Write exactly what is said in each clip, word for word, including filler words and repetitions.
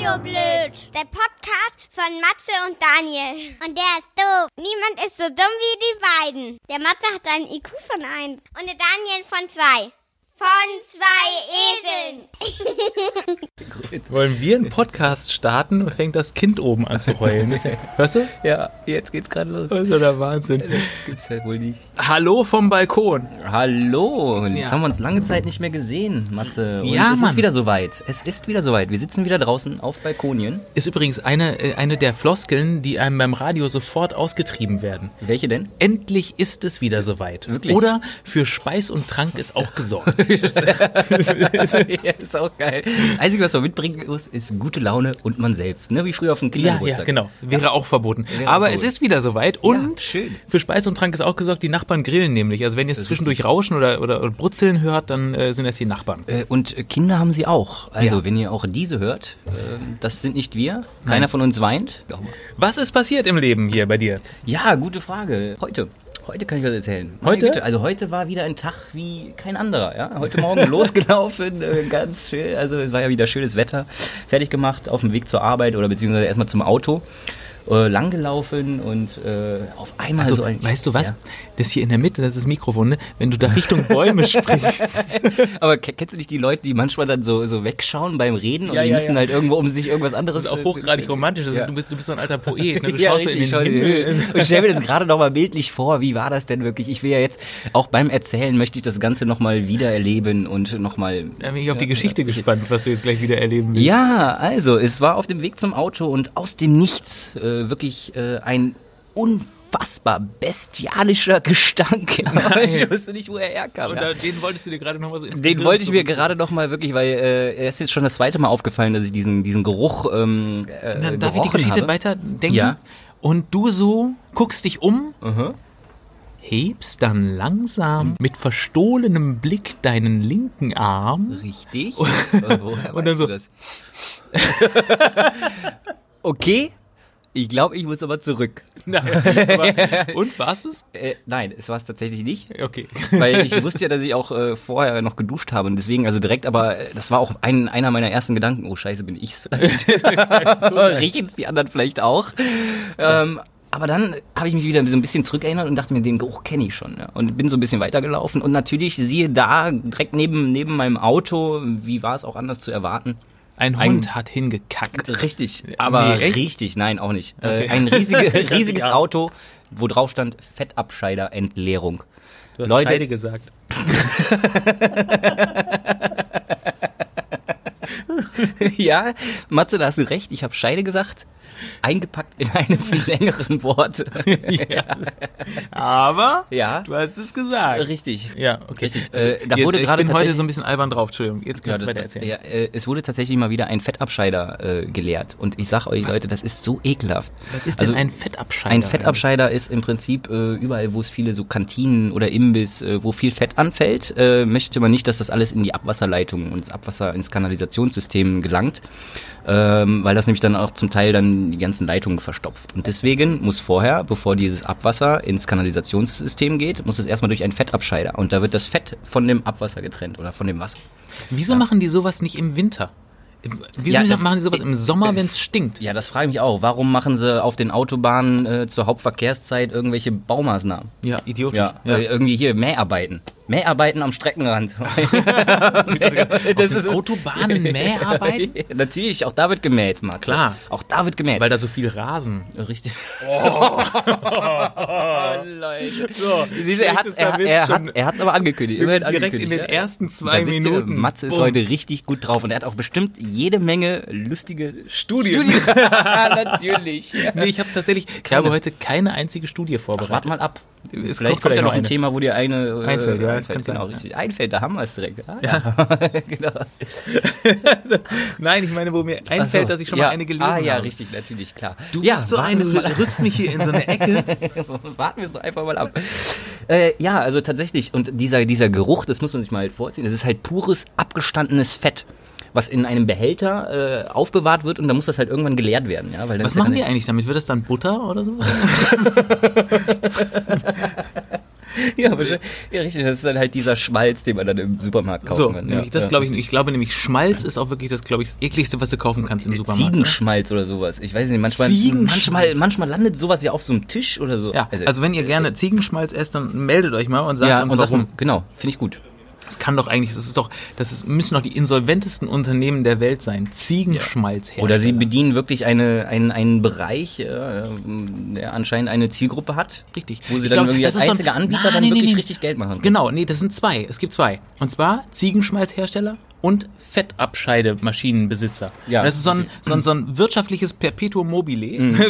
so blöd. Der Podcast von Matze und Daniel. Und der ist doof. Niemand ist so dumm wie die beiden. Der Matze hat einen I Q von eins und der Daniel von zwei. Von zwei Eseln. Wollen wir einen Podcast starten und fängt das Kind oben an zu heulen? Hörst du? Ja, jetzt geht's gerade los. Das ist ja der Wahnsinn. Das gibt's halt wohl nicht. Hallo vom Balkon. Hallo, jetzt Ja. haben wir uns lange Zeit nicht mehr gesehen, Matze. Und Ja, es Mann. ist wieder soweit. Es ist wieder soweit. Wir sitzen wieder draußen auf Balkonien. Ist übrigens eine, äh, eine der Floskeln, die einem beim Radio sofort ausgetrieben werden. Welche denn? Endlich ist es wieder soweit. Wirklich? Oder für Speis und Trank ist auch gesorgt. Ja, ist auch geil. Das Einzige, was man mitbringen muss, ist gute Laune und man selbst. Ne? Wie früher auf dem Ja, Kindergeburtstag. ja, genau. Wäre auch verboten. Wäre Aber verboten. es ist wieder soweit und Ja, schön. für Speis und Trank ist auch gesorgt, die Nachbarn grillen nämlich. Also wenn ihr es Das ist zwischendurch richtig. rauschen oder, oder, oder brutzeln hört, dann äh, sind das die Nachbarn. Äh, Und äh, Kinder haben sie auch. Also, Ja. wenn ihr auch diese hört, äh, das sind nicht wir. Keiner von uns weint. Was ist passiert im Leben hier bei dir? Ja, gute Frage. Heute. Heute kann ich was erzählen. Meine Heute? Güte, also heute war wieder ein Tag wie kein anderer. Ja? Heute Morgen losgelaufen, äh, ganz schön. Also es war ja wieder schönes Wetter. Fertig gemacht, auf dem Weg zur Arbeit oder beziehungsweise erstmal zum Auto. Äh, langgelaufen und äh, auf einmal Also, so ein... weißt du was? Ja. Das hier in der Mitte, das ist das Mikrofon, ne? Wenn du da Richtung Bäume sprichst. Aber ke- kennst du nicht die Leute, die manchmal dann so, so wegschauen beim Reden und Ja, die ja, müssen ja. halt irgendwo um sich irgendwas anderes... Das ist auch äh, hochgradig zu- romantisch. Das ist, Ja. du, bist, du bist so ein alter Poet. Ne? Du Ja, schaust so in richtig, den schau dir- Himmel. Und ich stelle mir das gerade nochmal bildlich vor, wie war das denn wirklich? Ich will ja jetzt, auch beim Erzählen möchte ich das Ganze nochmal wieder erleben und nochmal... Da bin ich auf die Geschichte gespannt, was du jetzt gleich wieder erleben willst. Ja, also, es war auf dem Weg zum Auto und aus dem Nichts äh, wirklich äh, ein unfassbar bestialischer Gestank. Aber ich wusste nicht, wo er herkam. Und Ja. da, den wolltest du dir gerade nochmal so ins Den Gehirn wollte ich mir zurück- gerade noch mal wirklich, weil äh, er ist jetzt schon das zweite Mal aufgefallen, dass ich diesen, diesen Geruch ähm, äh, Und dann darf ich die gerochen Geschichte habe. weiterdenken? Ja. Und du so guckst dich um, Mhm. hebst dann langsam mit verstohlenem Blick deinen linken Arm. Richtig. Woher Und dann weißt so- du das? Okay, ich glaube, ich muss aber zurück. Nein, aber, und, warst du's? Äh, nein, es war es tatsächlich nicht. Okay. Weil ich wusste ja, dass ich auch äh, vorher noch geduscht habe und deswegen, also direkt, aber äh, das war auch ein, einer meiner ersten Gedanken. Oh scheiße, bin ich's vielleicht? Riechen's die anderen vielleicht auch? Ähm, aber dann habe ich mich wieder so ein bisschen zurückerinnert und dachte mir, den Geruch kenne ich schon. Ja? Und bin so ein bisschen weitergelaufen und natürlich siehe da, direkt neben, neben meinem Auto, wie war es auch anders zu erwarten? Ein Ein- Hund hat hingekackt. Richtig, aber Nee, echt? richtig, nein, auch nicht. Okay. Äh, ein riesige, riesiges Ja. Auto, wo drauf stand Fettabscheider-Entleerung. Du hast Leute- Scheide gesagt. Ja, Matze, da hast du recht, ich habe Scheide gesagt, eingepackt in einem viel längeren Wort. Ja. Aber Ja, du hast es gesagt. richtig. Ja, okay. Richtig. Äh, da Jetzt, wurde ich gerade bin heute tatsächlich- so ein bisschen albern drauf, Entschuldigung. Jetzt Ja, kannst du das, weiter das, erzählen. ja, äh, es wurde tatsächlich mal wieder ein Fettabscheider äh, geleert. Und ich sag euch, Leute, das ist so ekelhaft. Was ist Also, denn ein Fettabscheider? Ein Fettabscheider ist im Prinzip äh, überall, wo es viele so Kantinen oder Imbiss, äh, wo viel Fett anfällt, äh, möchte man nicht, dass das alles in die Abwasserleitung und das Abwasser ins Kanalisationssystem gelangt, ähm, weil das nämlich dann auch zum Teil dann die ganzen Leitungen verstopft. Und deswegen muss vorher, bevor dieses Abwasser ins Kanalisationssystem geht, muss es erstmal durch einen Fettabscheider. Und da wird das Fett von dem Abwasser getrennt oder von dem Wasser. Wieso machen die sowas nicht im Winter? Wieso Ja, das- machen die sowas im Sommer, wenn es stinkt? Ja, das frage ich mich auch. Warum machen sie auf den Autobahnen äh, zur Hauptverkehrszeit irgendwelche Baumaßnahmen? Ja, idiotisch. Ja, Äh, irgendwie hier Mäharbeiten. Mäharbeiten am Streckenrand. Das ist Autobahnen Mäharbeiten? Ja, natürlich, auch da wird gemäht, Max. Klar. Auch da wird gemäht. Weil da so viel Rasen. Richtig. Oh. Leute. So, Siehst du, er hat er, er, hat, er hat aber angekündigt. Immerhin Direkt angekündigt, in den ja. ersten zwei Da wisst ihr, Minuten. Matze ist Bumm. heute richtig gut drauf und er hat auch bestimmt jede Menge lustige Studien. Studien. Natürlich. Nee, ich habe tatsächlich, ich habe heute keine einzige Studie vorbereitet. Warte mal ab. Es Vielleicht kommt kommt ja vielleicht noch noch ein eine. Thema, wo dir eine äh, Einfällt, ja, das einfällt. kann Genau, sein. richtig. Einfällt, da haben wir es direkt. Ah, Ja. genau. Nein, ich meine, wo mir einfällt, Ach so, dass ich schon ja. mal eine gelesen ah, ja, habe. richtig, natürlich, klar. Du ja, bist so warten eine, wir mal du rückst mich hier in so eine Ecke. Warten wir es doch einfach mal ab. Äh, ja, also tatsächlich. Und dieser, dieser Geruch, das muss man sich mal halt vorziehen, das ist halt pures, abgestandenes Fett, was in einem Behälter äh, aufbewahrt wird und dann muss das halt irgendwann geleert werden. Ja? Weil dann Was ist ja machen dann- die eigentlich damit? Wird das dann Butter oder so? Ja, aber, ja, richtig. Das ist dann halt dieser Schmalz, den man dann im Supermarkt kaufen so, kann. nämlich, ja. das ja. glaube ich, ich glaube nämlich Schmalz ist auch wirklich das, glaube ich, das ekligste, was du kaufen kannst im Supermarkt. Ziegenschmalz oder sowas. Ich weiß nicht, manchmal, manchmal, manchmal landet sowas ja auf so einem Tisch oder so. Ja, also, also wenn ihr gerne Ziegenschmalz esst, dann meldet euch mal und sagt ja, uns und warum. Sag, genau, finde ich gut. Das kann doch eigentlich, das ist doch, das ist, müssen doch die insolventesten Unternehmen der Welt sein. Ziegenschmalzhersteller. Oder sie bedienen wirklich eine, einen, einen Bereich, äh, der anscheinend eine Zielgruppe hat. Richtig. Wo sie Ich dann glaub, irgendwie als einziger so ein, Anbieter na, dann nee, wirklich nee, richtig Geld machen können. Genau, nee, das sind zwei. Es gibt zwei. Und zwar Ziegenschmalzhersteller und Fettabscheidemaschinenbesitzer. Ja, das ist so ein, so ein, so ein wirtschaftliches Perpetuum mobile. Mm.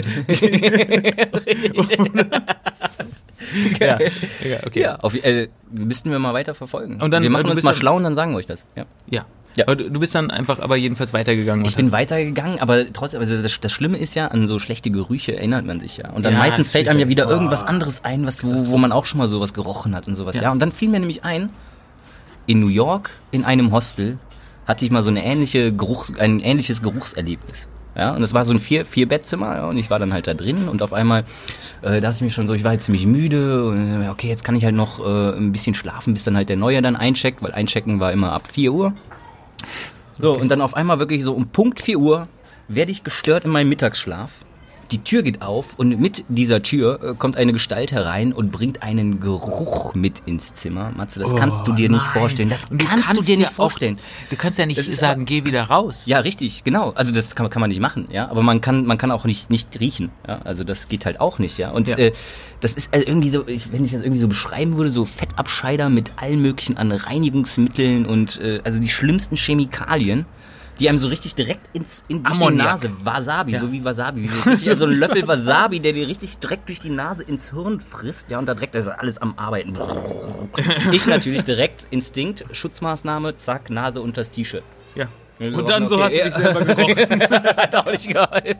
ja, ja, okay. Ja, auf, äh, müssten wir mal weiter verfolgen. Und dann, wir machen uns mal dann, schlau und dann sagen wir euch das. Ja. Ja. ja. Aber du bist dann einfach aber jedenfalls weitergegangen. Ich bin weitergegangen, aber trotzdem, also das, das Schlimme ist ja, an so schlechte Gerüche erinnert man sich ja. Und dann ja, meistens fällt einem ja wieder oh. irgendwas anderes ein, was, wo, wo man auch schon mal sowas gerochen hat und sowas. Ja. ja. Und dann fiel mir nämlich ein, in New York, in einem Hostel, hatte ich mal so eine ähnliche Geruch, ein ähnliches Geruchserlebnis. Ja, und es war so ein vier, vier Bettzimmer, ja, und ich war dann halt da drin und auf einmal äh, dachte ich mir schon so, ich war halt ziemlich müde und okay, jetzt kann ich halt noch äh, ein bisschen schlafen, bis dann halt der Neue dann eincheckt, weil Einchecken war immer ab vier Uhr. So, und dann auf einmal wirklich so um Punkt vier Uhr werde ich gestört in meinem Mittagsschlaf. Die Tür geht auf und mit dieser Tür äh, kommt eine Gestalt herein und bringt einen Geruch mit ins Zimmer. Matze, das oh, kannst du dir nein. nicht vorstellen. Das kannst, kannst du dir nicht vorstellen. Auch, du kannst ja nicht sagen, aber, geh wieder raus. Ja, richtig, genau. Also das kann, kann man nicht machen, ja. Aber man kann, man kann auch nicht, nicht riechen, ja. Also das geht halt auch nicht, ja. Und ja. Äh, das ist also irgendwie so, ich, wenn ich das irgendwie so beschreiben würde, so Fettabscheider mit allen möglichen an Reinigungsmitteln und äh, also die schlimmsten Chemikalien. Die einem so richtig direkt ins, in durch die Nase, Wasabi, ja. so wie Wasabi, wie so, richtig, so ein Löffel Wasabi, der dir richtig direkt durch die Nase ins Hirn frisst, ja, und da direkt ist alles am Arbeiten. Ich natürlich direkt, Instinkt, Schutzmaßnahme, zack, Nase unter das T-Shirt. Ja. Und, und dann okay, so hast du dich selber gerochen. Hat auch nicht geholfen.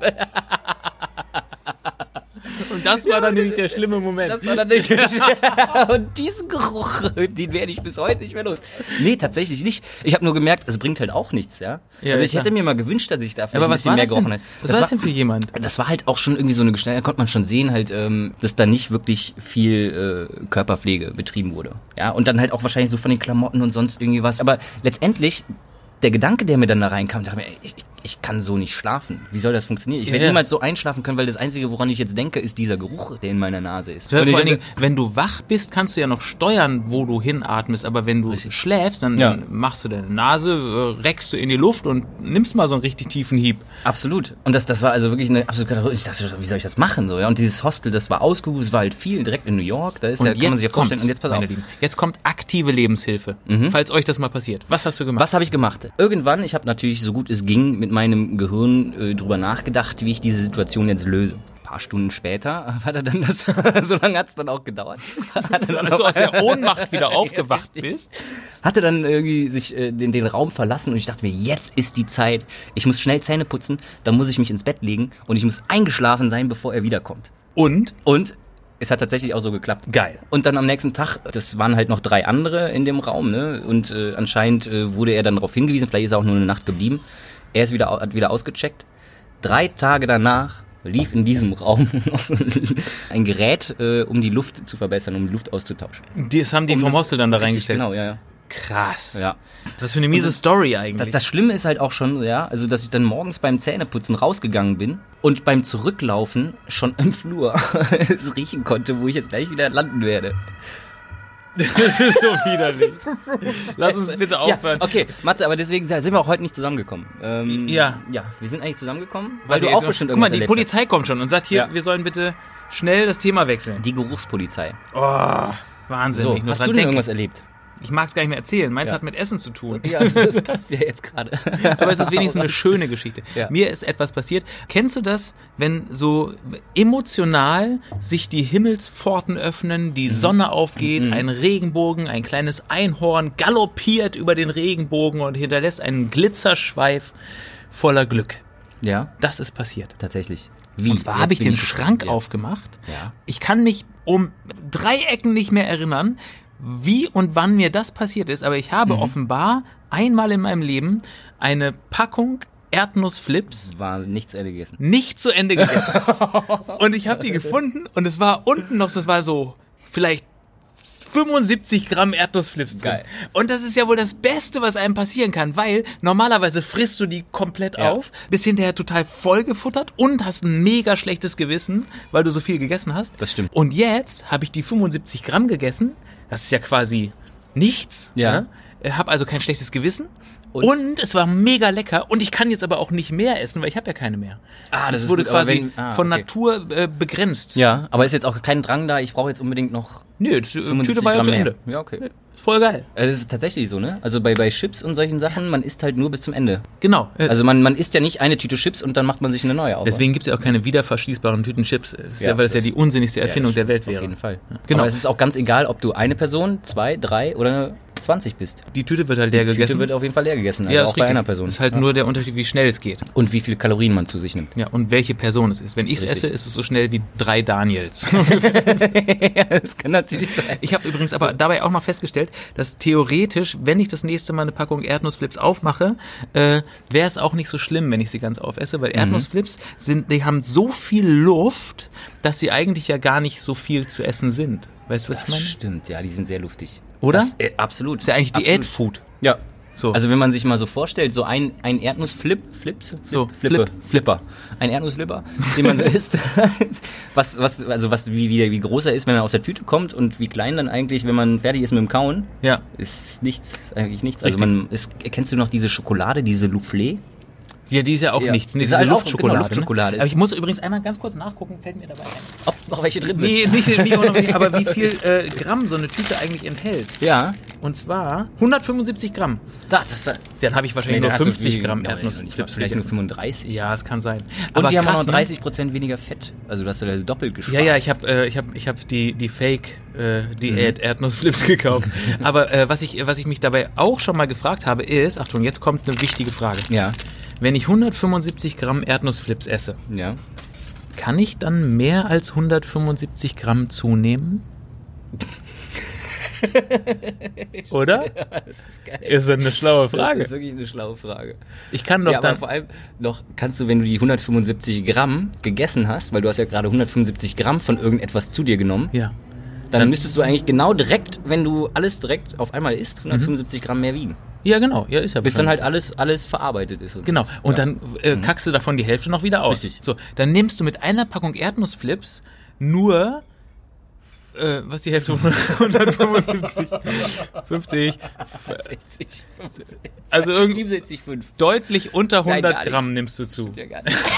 Und das war dann nämlich der schlimme Moment. Das war dann nicht Und diesen Geruch, den werde ich bis heute nicht mehr los. Nee, tatsächlich nicht. Ich habe nur gemerkt, es bringt halt auch nichts, ja. ja also ich klar. hätte mir mal gewünscht, dass ich dafür ja, ein bisschen mehr gerochen hätte. Was war das denn für jemand? Das war halt auch schon irgendwie so eine Gestalt, da konnte man schon sehen, halt, ähm, dass da nicht wirklich viel äh, Körperpflege betrieben wurde. Ja, und dann halt auch wahrscheinlich so von den Klamotten und sonst irgendwie was. Aber letztendlich, der Gedanke, der mir dann da reinkam, dachte mir, ey, ich, ich kann so nicht schlafen. Wie soll das funktionieren? Ich werde ja. niemals so einschlafen können, weil das Einzige, woran ich jetzt denke, ist dieser Geruch, der in meiner Nase ist. Ja, vor allen Dingen, wenn du wach bist, kannst du ja noch steuern, wo du hinatmest. Aber wenn du richtig. schläfst, dann ja. machst du deine Nase, reckst du in die Luft und nimmst mal so einen richtig tiefen Hieb. Absolut. Und das, das war also wirklich eine absolute Katastrophe. Ich dachte, wie soll ich das machen? So, ja? Und dieses Hostel, das war ausgebucht, es war halt viel, direkt in New York. Da ist und ja, kann man sich ja vorstellen. Und jetzt pass auf. Lieben, jetzt kommt aktive Lebenshilfe, mhm. falls euch das mal passiert. Was hast du gemacht? Was habe ich gemacht? Irgendwann, ich habe natürlich so gut es ging mit meinem Gehirn äh, drüber nachgedacht, wie ich diese Situation jetzt löse. Ein paar Stunden später hat er dann das, so lange hat es dann auch gedauert. Hat er dann also aus der Ohnmacht wieder aufgewacht bist. Hatte dann irgendwie sich äh, den, den Raum verlassen und ich dachte mir, jetzt ist die Zeit. Ich muss schnell Zähne putzen, dann muss ich mich ins Bett legen und ich muss eingeschlafen sein, bevor er wiederkommt. Und? Und es hat tatsächlich auch so geklappt. Geil. Und dann am nächsten Tag, das waren halt noch drei andere in dem Raum, ne? Und äh, anscheinend äh, wurde er dann darauf hingewiesen, vielleicht ist er auch nur eine Nacht geblieben. Er ist wieder, hat wieder ausgecheckt. Drei Tage danach lief in diesem Raum noch so ein Gerät, äh, um die Luft zu verbessern, um die Luft auszutauschen. Das haben die um vom Hostel dann da reingestellt? Genau, ja, ja. Krass. Ja. Was für eine miese das, Story eigentlich. Das, das Schlimme ist halt auch schon, ja, also dass ich dann morgens beim Zähneputzen rausgegangen bin und beim Zurücklaufen schon im Flur es riechen konnte, wo ich jetzt gleich wieder landen werde. Das ist so widerlich. Lass uns bitte aufhören. Ja, okay, Matze, aber deswegen sind wir auch heute nicht zusammengekommen. Ähm, ja. Ja, wir sind eigentlich zusammengekommen, weil, weil du auch so, bestimmt irgendwas Guck mal, die Polizei hast. Kommt schon und sagt hier, ja. wir sollen bitte schnell das Thema wechseln. Die Geruchspolizei. Oh, Wahnsinn. So, hast du denn irgendwas erlebt? Ich mag es gar nicht mehr erzählen. Meins ja. hat mit Essen zu tun. Ja, das passt ja jetzt gerade. Aber es ist wenigstens eine schöne Geschichte. Ja. Mir ist etwas passiert. Kennst du das, wenn so emotional sich die Himmelspforten öffnen, die mhm. Sonne aufgeht, mhm. ein Regenbogen, ein kleines Einhorn galoppiert über den Regenbogen und hinterlässt einen Glitzerschweif voller Glück. Ja. Das ist passiert. Tatsächlich. Wie? Und zwar habe ich den ich Schrank ja. aufgemacht. Ja. Ich kann mich um drei Ecken nicht mehr erinnern, wie und wann mir das passiert ist, aber ich habe mhm. offenbar einmal in meinem Leben eine Packung Erdnussflips war nicht zu Ende gegessen. Nicht zu Ende gegessen. Und ich habe die gefunden und es war unten noch, es war so vielleicht fünfundsiebzig Gramm Erdnussflips drin. Geil. Und das ist ja wohl das Beste, was einem passieren kann, weil normalerweise frisst du die komplett ja. auf, bist hinterher total vollgefuttert und hast ein mega schlechtes Gewissen, weil du so viel gegessen hast. Das stimmt. Und jetzt habe ich die fünfundsiebzig Gramm gegessen. Das ist ja quasi nichts. Ja. Ne? Habe also kein schlechtes Gewissen. Und? und es war mega lecker und ich kann jetzt aber auch nicht mehr essen, weil ich habe ja keine mehr. Ah, das, das ist wurde gut, quasi wenn, ah, von okay. Natur äh, begrenzt. Ja, aber ist jetzt auch kein Drang da, ich brauche jetzt unbedingt noch Nö, die Tüte war ja zu Ende. Ja, okay. Nee, voll geil. Also das ist tatsächlich so, ne? Also bei, bei Chips und solchen Sachen, man isst halt nur bis zum Ende. Genau. Also man, man isst ja nicht eine Tüte Chips und dann macht man sich eine neue auf. Deswegen gibt es ja auch keine wiederverschließbaren Tüten Chips, ja, ja, weil das, das ja die unsinnigste Erfindung ja, der Welt wäre. Auf jeden Fall. Ja, genau. Aber es ist auch ganz egal, ob du eine Person, zwei, drei oder zwanzig bist. Die Tüte wird halt leer die gegessen. Die Tüte wird auf jeden Fall leer gegessen, also ja, auch richtig. bei einer Person. Das ist halt ja. nur der Unterschied, wie schnell es geht. Und wie viele Kalorien man zu sich nimmt. Ja, und welche Person es ist. Wenn ich es esse, ist es so schnell wie drei Daniels. Ja, das kann natürlich sein. Ich habe übrigens aber dabei auch noch festgestellt, dass theoretisch, wenn ich das nächste Mal eine Packung Erdnussflips aufmache, äh, wäre es auch nicht so schlimm, wenn ich sie ganz aufesse, weil Erdnussflips sind, die haben so viel Luft, dass sie eigentlich ja gar nicht so viel zu essen sind. Weißt du, was das ich meine? Stimmt, ja, die sind sehr luftig. Oder? Das, äh, absolut. Das ist ja eigentlich Diätfood. Ja. So. Also wenn man sich mal so vorstellt, so ein, ein Erdnussflip, Flips? Flip, so, Flippe, Flip. Flipper. Ein Erdnussflipper, den man so isst. was, was, also was, wie, wie, wie groß er ist, wenn er aus der Tüte kommt und wie klein dann eigentlich, wenn man fertig ist mit dem Kauen. Ja. Ist nichts, eigentlich nichts. Richtig. Also man, ist, kennst du noch diese Schokolade, diese Soufflé? Ja, die ist ja auch ja. nichts. Nee, ist diese halt Luftschokolade. Genau, Luftschokolade Ne? Aber ich muss übrigens einmal ganz kurz nachgucken, fällt mir dabei ein. Ob noch welche drin sind? Nee, nicht, nicht auch noch welche, aber wie viel äh, Gramm so eine Tüte eigentlich enthält. Ja. Und zwar hundertfünfundsiebzig Gramm. Da, das, dann habe ich wahrscheinlich nee, nur fünfzig Gramm no, Erdnussflips. Vielleicht nur fünfunddreißig. Ja, das kann sein. Und aber die krass, haben auch noch ne? dreißig Prozent weniger Fett. Also du hast ja doppelt gespart. Ja, ja, ich habe äh, ich hab, ich hab die, die Fake äh, Diät mhm. Erdnussflips gekauft. Aber äh, was, ich, was ich mich dabei auch schon mal gefragt habe ist, Achtung, jetzt kommt eine wichtige Frage. Ja. Wenn ich hundertfünfundsiebzig Gramm Erdnussflips esse, ja. kann ich dann mehr als hundertfünfundsiebzig Gramm zunehmen? Oder? Ja, das ist geil. Ist das eine schlaue Frage? Das ist wirklich eine schlaue Frage. Ich kann doch ja, dann... aber vor allem noch kannst du, wenn du die hundertfünfundsiebzig Gramm gegessen hast, weil du hast ja gerade hundertfünfundsiebzig Gramm von irgendetwas zu dir genommen, ja. dann, dann müsstest du eigentlich genau direkt, wenn du alles direkt auf einmal isst, hundertfünfundsiebzig mhm. Gramm mehr wiegen. Ja, genau. Ja, ist ja bis dann halt alles, alles verarbeitet ist. Und genau. das. Und ja. dann äh, mhm. kackst du davon die Hälfte noch wieder aus. Richtig. So, dann nimmst du mit einer Packung Erdnussflips nur, äh, was die Hälfte von hundertfünfundsiebzig, fünfzig, sechzig, fünfzig, also irgendwie siebenundsechzig Komma fünf. Deutlich unter hundert Nein, Gramm nimmst du zu. Ja, gar nicht.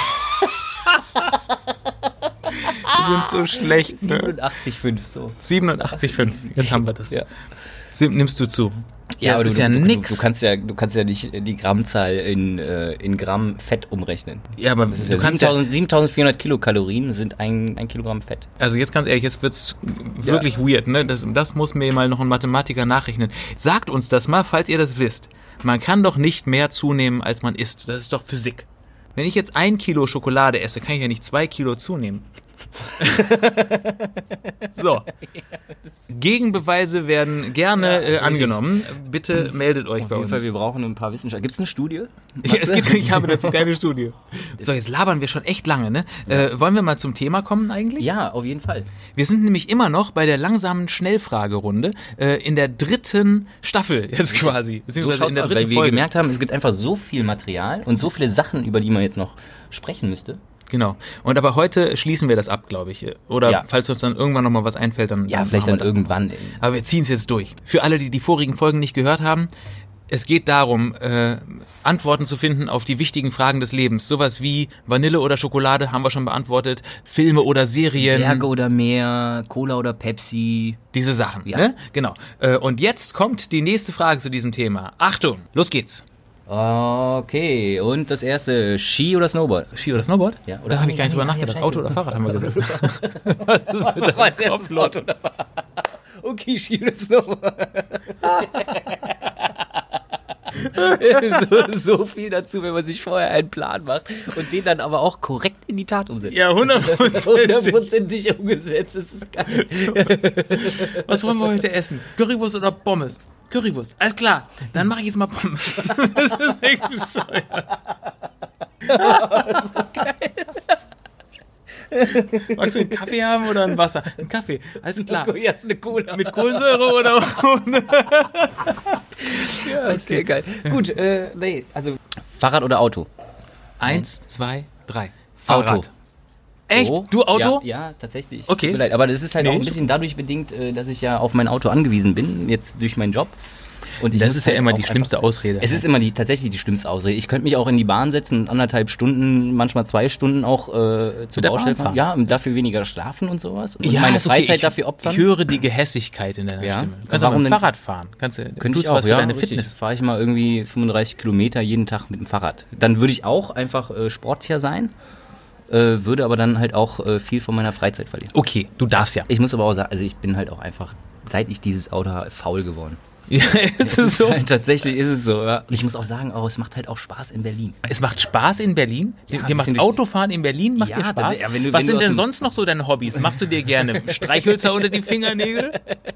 Die sind so schlecht, ne? siebenundachtzig Komma fünf, so. siebenundachtzig Komma fünf, jetzt haben wir das. Ja. Nimmst du zu. Ja, ja, aber das du, ist ja du, nix. Du, du kannst ja, du kannst ja nicht die Grammzahl in, äh, in Gramm Fett umrechnen. Ja, aber das ist du ja kannst siebentausend, siebentausendvierhundert Kilokalorien sind ein, ein Kilogramm Fett. Also jetzt ganz ehrlich, jetzt wird's wirklich ja. weird, ne? Das, das muss mir mal noch ein Mathematiker nachrechnen. Sagt uns das mal, falls ihr das wisst. Man kann doch nicht mehr zunehmen, als man isst. Das ist doch Physik. Wenn ich jetzt ein Kilo Schokolade esse, kann ich ja nicht zwei Kilo zunehmen. So. Gegenbeweise werden gerne äh, angenommen. Bitte meldet euch Auf bei jeden uns. Fall, wir brauchen ein paar Wissenschaftler. Gibt es eine Studie? Ja, es gibt, ich habe dazu keine Studie. So, jetzt labern wir schon echt lange, ne? Ja. Äh, wollen wir mal zum Thema kommen eigentlich? Ja, auf jeden Fall. Wir sind nämlich immer noch bei der langsamen Schnellfragerunde äh, in der dritten Staffel jetzt quasi. Beziehungsweise so in der aus, dritten weil wir Folge. gemerkt haben, es gibt einfach so viel Material und so viele Sachen, über die man jetzt noch sprechen müsste. Genau. Und aber heute schließen wir das ab, glaube ich. Oder ja. falls uns dann irgendwann nochmal was einfällt, dann Ja, dann vielleicht dann das irgendwann. Noch. Aber wir ziehen es jetzt durch. Für alle, die die vorigen Folgen nicht gehört haben, es geht darum, äh, Antworten zu finden auf die wichtigen Fragen des Lebens. Sowas wie Vanille oder Schokolade haben wir schon beantwortet. Filme oder Serien. Berge oder Meer, Cola oder Pepsi. Diese Sachen, ja. ne? Genau. Äh, und jetzt kommt die nächste Frage zu diesem Thema. Achtung, los geht's. Okay, und das erste, Ski oder Snowboard? Ski oder Snowboard? Ja, oder da habe ich gar nicht drüber ja, nachgedacht. ja, Auto oder Fahrrad haben wir gesagt. Was ist mit dem als erstes Auto oder Fahrrad? Okay, Ski oder Snowboard. so, so viel dazu, wenn man sich vorher einen Plan macht und den dann aber auch korrekt in die Tat umsetzt. Ja, hundertprozentig umgesetzt, das ist geil. Was wollen wir heute essen? Currywurst oder Pommes? Currywurst, alles klar. Dann mache ich jetzt mal Pommes. Das ist echt bescheuert. Das ist geil. Magst du einen Kaffee haben oder ein Wasser? Ein Kaffee, alles klar. Hier ist eine Cola. Mit Kohlensäure oder ohne? Ja, okay, geil. Gut, äh, nee, also Fahrrad oder Auto? Eins, zwei, drei. Fahrrad. Auto. Echt? Oh, Du Auto? Ja, ja, tatsächlich. Okay. Tut mir leid. Aber das ist halt Nee. auch ein bisschen dadurch bedingt, äh, dass ich ja auf mein Auto angewiesen bin, jetzt durch meinen Job. Und ich Das muss ist ja halt immer auch die schlimmste einfach, Ausrede. Es ist immer die tatsächlich die schlimmste Ausrede. Ich könnte mich auch in die Bahn setzen und anderthalb Stunden, manchmal zwei Stunden auch äh, zur der Baustelle Bahn fahren. Ja, und dafür weniger schlafen und sowas. Und ja, meine ist okay. Freizeit ich, dafür opfern. Ich höre die Gehässigkeit in deiner Ja. Stimme. Kannst du Warum mit dem denn? Fahrrad fahren? Kannst du, Könnte tust ich auch, was für ja, deine richtig. Fitness. Fahre ich mal irgendwie fünfunddreißig Kilometer jeden Tag mit dem Fahrrad. Dann würde ich auch einfach äh, sportlicher sein, äh, würde aber dann halt auch äh, viel von meiner Freizeit verlieren. Okay, du darfst ja. Ich muss aber auch sagen, also ich bin halt auch einfach, seit ich dieses Auto habe, faul geworden. Ja, ist es so? Halt, tatsächlich ist es so, ja. Und ich muss auch sagen, oh, es macht halt auch Spaß in Berlin. Es macht Spaß in Berlin? Ja, dir ein macht bisschen durch- Autofahren in Berlin macht Ja, dir Spaß? das ist- ja, wenn du- Was wenn sind du aus denn dem- sonst noch so deine Hobbys? Machst du dir gerne Streichhölzer unter die Fingernägel?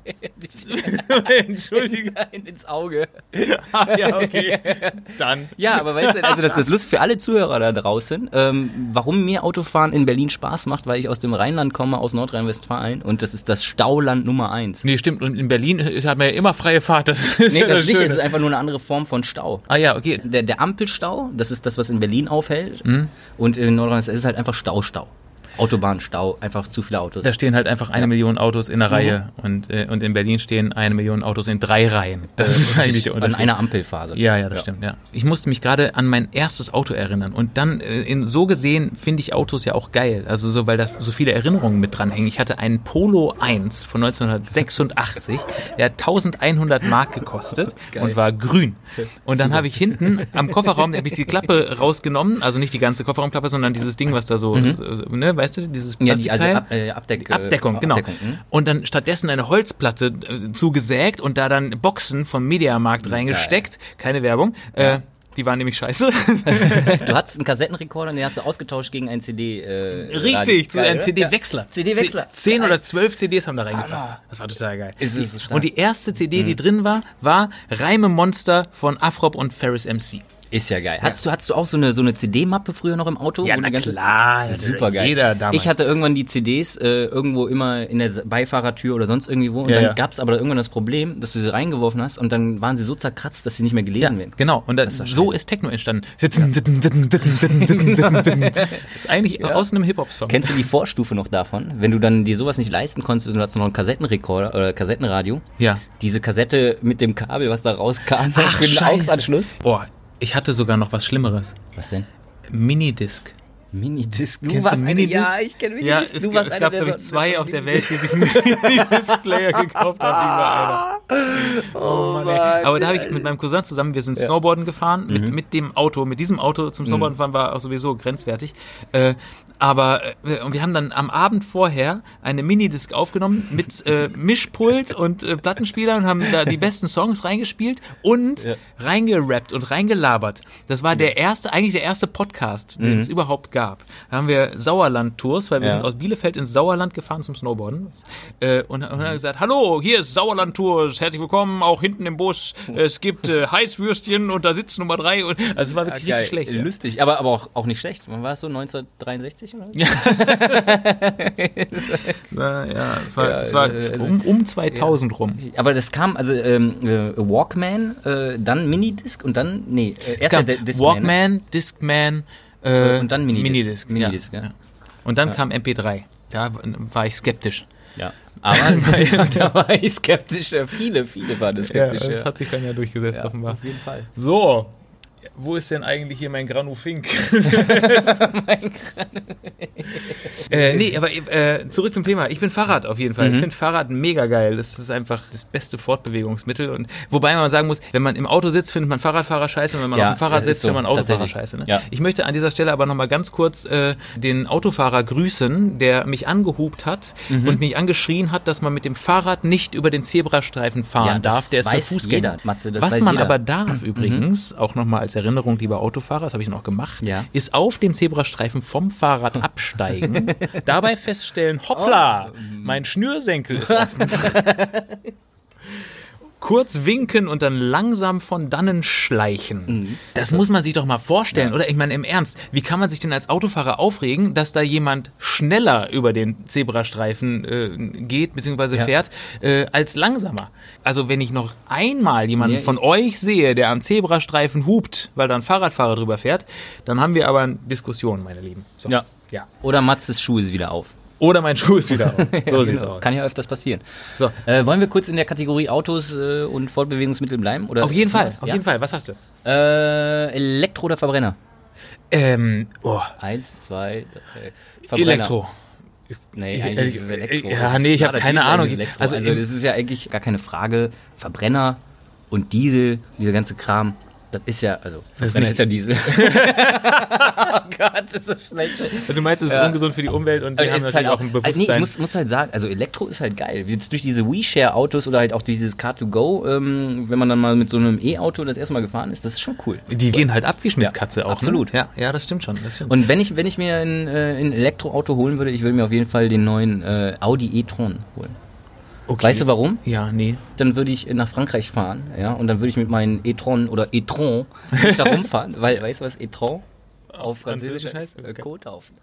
Entschuldige. ins Auge. Ah, ja, okay. Dann. Ja, aber weißt du, also das ist das Lust für alle Zuhörer da draußen, ähm, warum mir Autofahren in Berlin Spaß macht, weil ich aus dem Rheinland komme, aus Nordrhein-Westfalen und das ist das Stauland Nummer eins. Nee, stimmt. Und in Berlin ist- hat man ja immer freie Fahrt. Das ist Nee, ja das das nicht, Schöne. es ist einfach nur eine andere Form von Stau. Ah ja, okay. Der, der Ampelstau, das ist das, was in Berlin aufhält. Und in Nordrhein-Westfalen ist es halt einfach Stau-Stau. Autobahnstau, einfach zu viele Autos. Da stehen halt einfach eine Million Autos in der Reihe und, äh, und in Berlin stehen eine Million Autos in drei Reihen. Das ist eigentlich der An Unterschied. einer Ampelphase. Ja, ja, das stimmt, ja. Ich musste mich gerade an mein erstes Auto erinnern und dann, äh, in, so gesehen, finde ich Autos ja auch geil. Also so, weil da so viele Erinnerungen mit dranhängen. Ich hatte einen Polo eins von neunzehnhundertsechsundachtzig, der hat eintausendeinhundert Mark gekostet und war grün. Und dann habe ich hinten am Kofferraum, da habe ich die Klappe rausgenommen, also nicht die ganze Kofferraumklappe, sondern dieses Ding, was da so, äh, ne, weißt du, dieses Ja, die, also Plastikteil. Ab, äh, Abdeck, äh, Abdeckung, genau. Abdeckung, hm? Und dann stattdessen eine Holzplatte äh, zugesägt und da dann Boxen vom Mediamarkt reingesteckt. Keine Werbung. Äh, die waren nämlich scheiße. Du hattest einen Kassettenrekorder und den hast du ausgetauscht gegen einen C D. Äh, Richtig, Geil, ein oder? C D-Wechsler. C D-Wechsler. Zehn oder zwölf C Ds haben da reingepasst. Das war total geil. Ist es so stark. Und die erste C D, die drin war, war Reime Monster von Afrop und Ferris M C. Ist ja geil. Hattest du, hattest du auch so eine, so eine C D-Mappe früher noch im Auto? Ja, Wo na die ganze- klar. Super geil. Jeder damals. Ich hatte irgendwann die C Ds äh, irgendwo immer in der Beifahrertür oder sonst irgendwo und Ja, dann ja. gab's aber irgendwann das Problem, dass du sie reingeworfen hast und dann waren sie so zerkratzt, dass sie nicht mehr Ja, gelesen werden. genau. Und da, ist doch so scheiße. ist Techno entstanden. Sitzen, sitzen, sitzen, sitzen, sitzen, sitzen, sitzen, sitzen. Das ist eigentlich aus einem Hip-Hop-Song. Kennst du die Vorstufe noch davon? Wenn du dann dir sowas nicht leisten konntest und du hattest noch einen Kassettenrekorder oder Kassettenradio. Ja. Diese Kassette mit dem Kabel, was da rauskam, Ach, für den Scheiße. A U X-Anschluss. Boah, ich hatte sogar noch was Schlimmeres. Was denn? Minidisc. Minidisc. Du Kennst du warst eine, Minidisc? ja, ich kenne Minidisc. Ja, es, du warst es einer, gab, der glaube ich, so- zwei auf der Welt, die sich einen Minidisc-Player gekauft haben. Ich war einer. Oh Mann, ey. Aber da habe ich mit meinem Cousin zusammen, wir sind Snowboarden gefahren, mit, Mhm. mit dem Auto, mit diesem Auto zum Snowboarden fahren war auch sowieso grenzwertig. Äh, aber äh, und wir haben dann am Abend vorher eine Minidisc aufgenommen mit äh, Mischpult und äh, Plattenspieler und haben da die besten Songs reingespielt und Ja. reingerappt und reingelabert. Das war der erste, eigentlich der erste Podcast, den es überhaupt gab. Da haben wir Sauerland-Tours, weil wir Ja. sind aus Bielefeld ins Sauerland gefahren zum Snowboarden. Äh, und, und haben gesagt, hallo, hier ist Sauerland-Tours, herzlich willkommen, auch hinten im Bus. Es gibt äh, Heißwürstchen und da sitzt Nummer drei. Und, also es war wirklich Geil. richtig schlecht. Ja. Lustig, aber, aber auch, auch nicht schlecht. Wann war es so? neunzehnhundertdreiundsechzig oder? Ja. Na, ja, es war, Ja, es war also- um, um zweitausend rum. Aber das kam, also ähm, äh, Walkman, äh, dann Minidisc und dann, nee, äh, Es erst gab der Discman, ne? Walkman, Discman äh, Und dann Minidisc. Minidisc, Minidisc, ja. ja. Ja. Und dann kam M P drei. Da war ich skeptisch. Ja. Aber da war ich skeptisch. Viele, viele waren das skeptisch. ja, das Ja, hat sich dann ja durchgesetzt, ja, offenbar. auf jeden Fall. So, wo ist denn eigentlich hier mein Granu Fink? äh, nee, aber äh, zurück zum Thema. Ich bin Fahrrad auf jeden Fall. Mhm. Ich finde Fahrrad mega geil. Das ist einfach das beste Fortbewegungsmittel. Und wobei man sagen muss, wenn man im Auto sitzt, findet man Fahrradfahrer scheiße. Und wenn man Ja, auf dem Fahrrad das ist sitzt, so, findet man Autofahrer tatsächlich. scheiße. Ne? Ja. Ich möchte an dieser Stelle aber nochmal ganz kurz äh, den Autofahrer grüßen, der mich angehupt hat Mhm. und mich angeschrien hat, dass man mit dem Fahrrad nicht über den Zebrastreifen fahren Ja, das darf. Der ist für weiß Fußgänger. jeder, Matze, das Was weiß man jeder. aber darf übrigens, auch nochmal als Erinnerung, lieber Autofahrer, das habe ich noch gemacht, Ja. ist auf dem Zebrastreifen vom Fahrrad absteigen, dabei feststellen, hoppla, mein Schnürsenkel ist offen. kurz winken und dann langsam von dannen schleichen. Mhm. Das muss man sich doch mal vorstellen, ja. Oder? Ich meine, im Ernst, wie kann man sich denn als Autofahrer aufregen, dass da jemand schneller über den Zebrastreifen äh, geht, beziehungsweise ja. fährt, äh, als langsamer? Also wenn ich noch einmal jemanden nee, von euch sehe, der am Zebrastreifen hupt, weil da ein Fahrradfahrer drüber fährt, dann haben wir aber eine Diskussion, meine Lieben. So. Ja. ja. Oder Matzes Schuh ist wieder auf. Oder mein Schuh ist wieder auf. So ja, sieht's genau. aus. Kann ja öfters passieren. So, äh, wollen wir kurz in der Kategorie Autos äh, und Fortbewegungsmittel bleiben? Oder auf jeden Fall, was? auf ja? jeden Fall. Was hast du? Äh, Elektro oder Verbrenner? Ähm, oh. Eins, zwei, drei. Verbrenner. Elektro. Nee, eigentlich ist es Elektro. Ja, nee, ich habe keine Ahnung. Also, also das ist ja eigentlich gar keine Frage. Verbrenner und Diesel, dieser ganze Kram. Das ist ja, also, Verbrenner ist ja Diesel. Oh Gott, ist das schlecht. Du meinst, es ist ja. ungesund für die Umwelt und die haben natürlich halt auch, auch ein Bewusstsein. Nee, ich muss, muss halt sagen, also Elektro ist halt geil. Jetzt durch diese WeShare-Autos oder halt auch durch dieses Car to Go, ähm, wenn man dann mal mit so einem E-Auto das erste Mal gefahren ist, das ist schon cool. Die gehen halt ab wie Schmitzkatze ja, auch. Absolut. Ne? Ja, ja, das stimmt schon. Das stimmt. Und wenn ich, wenn ich mir ein, äh, ein Elektroauto holen würde, ich würde mir auf jeden Fall den neuen äh, Audi e-tron holen. Okay. Weißt du warum? Ja, nee. Dann würde ich nach Frankreich fahren, ja, und dann würde ich mit meinen e-tron oder e-tron da rumfahren, weil, weißt du was e-tron auf Französisch heißt? Äh, Kothaufen.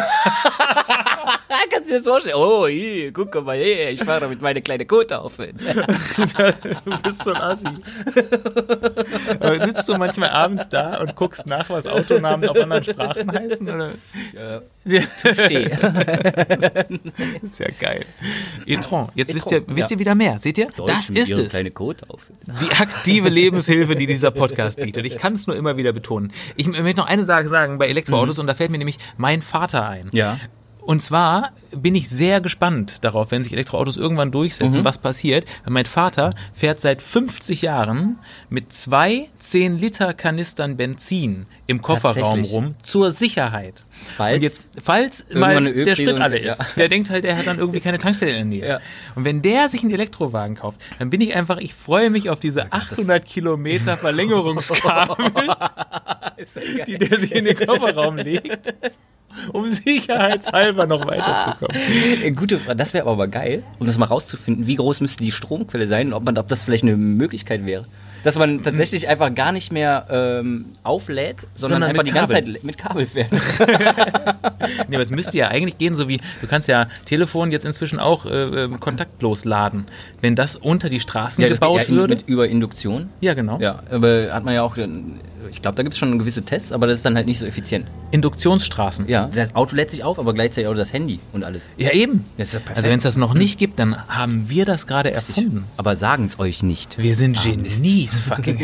Kannst du dir das vorstellen? Oh, hier, guck mal her, ich fahre mit meiner kleinen Kothaufen. Du bist so ein Assi. Aber sitzt du manchmal abends da und guckst nach, was Autonamen auf anderen Sprachen heißen? Oder? Ja. Touché. Das ist ja geil. E-tron. Jetzt e-tron. Wisst, ihr, wisst ihr wieder mehr. Seht ihr? Deutsch das ist es. Kleine Kothaufen. Die aktive Lebenshilfe, die dieser Podcast bietet. Ich kann es nur immer wieder betonen. Ich möchte noch eine Sache sagen bei Elektroautos, mhm. und da fällt mir nämlich mein Vater ein. Ja. Und zwar bin ich sehr gespannt darauf, wenn sich Elektroautos irgendwann durchsetzen, mhm. was passiert. Mein Vater fährt seit fünfzig Jahren mit zwei zehn Liter Kanistern Benzin im Kofferraum rum zur Sicherheit. Falls, und jetzt, falls mal der Sprit alle ist. Ja. Der denkt halt, der hat dann irgendwie keine Tankstelle in der Nähe. Ja. Und wenn der sich einen Elektrowagen kauft, dann bin ich einfach, ich freue mich auf diese achthundert Kilometer Verlängerungskabel, die der sich in den Kofferraum legt. Um sicherheitshalber noch weiterzukommen. Ah, gute Frage, das wäre aber mal geil, um das mal rauszufinden, wie groß müsste die Stromquelle sein und ob, man, ob das vielleicht eine Möglichkeit wäre. Dass man tatsächlich einfach gar nicht mehr ähm, auflädt, sondern, sondern einfach die ganze Zeit mit Kabel fährt. Nee, aber es müsste ja eigentlich gehen, so wie, du kannst ja Telefon jetzt inzwischen auch äh, kontaktlos laden. Wenn das unter die Straßen ja, das gebaut geht ja würde. Mit über Induktion. Ja, genau. Ja, aber hat man ja auch, ich glaube, da gibt es schon gewisse Tests, aber das ist dann halt nicht so effizient. Induktionsstraßen. Ja, das Auto lädt sich auf, aber gleichzeitig auch das Handy und alles. Ja, eben. Das ist ja perfekt. Also wenn es das noch nicht gibt, dann haben wir das gerade erfunden. Aber sagen es euch nicht. Wir sind ah, Genies, fucking.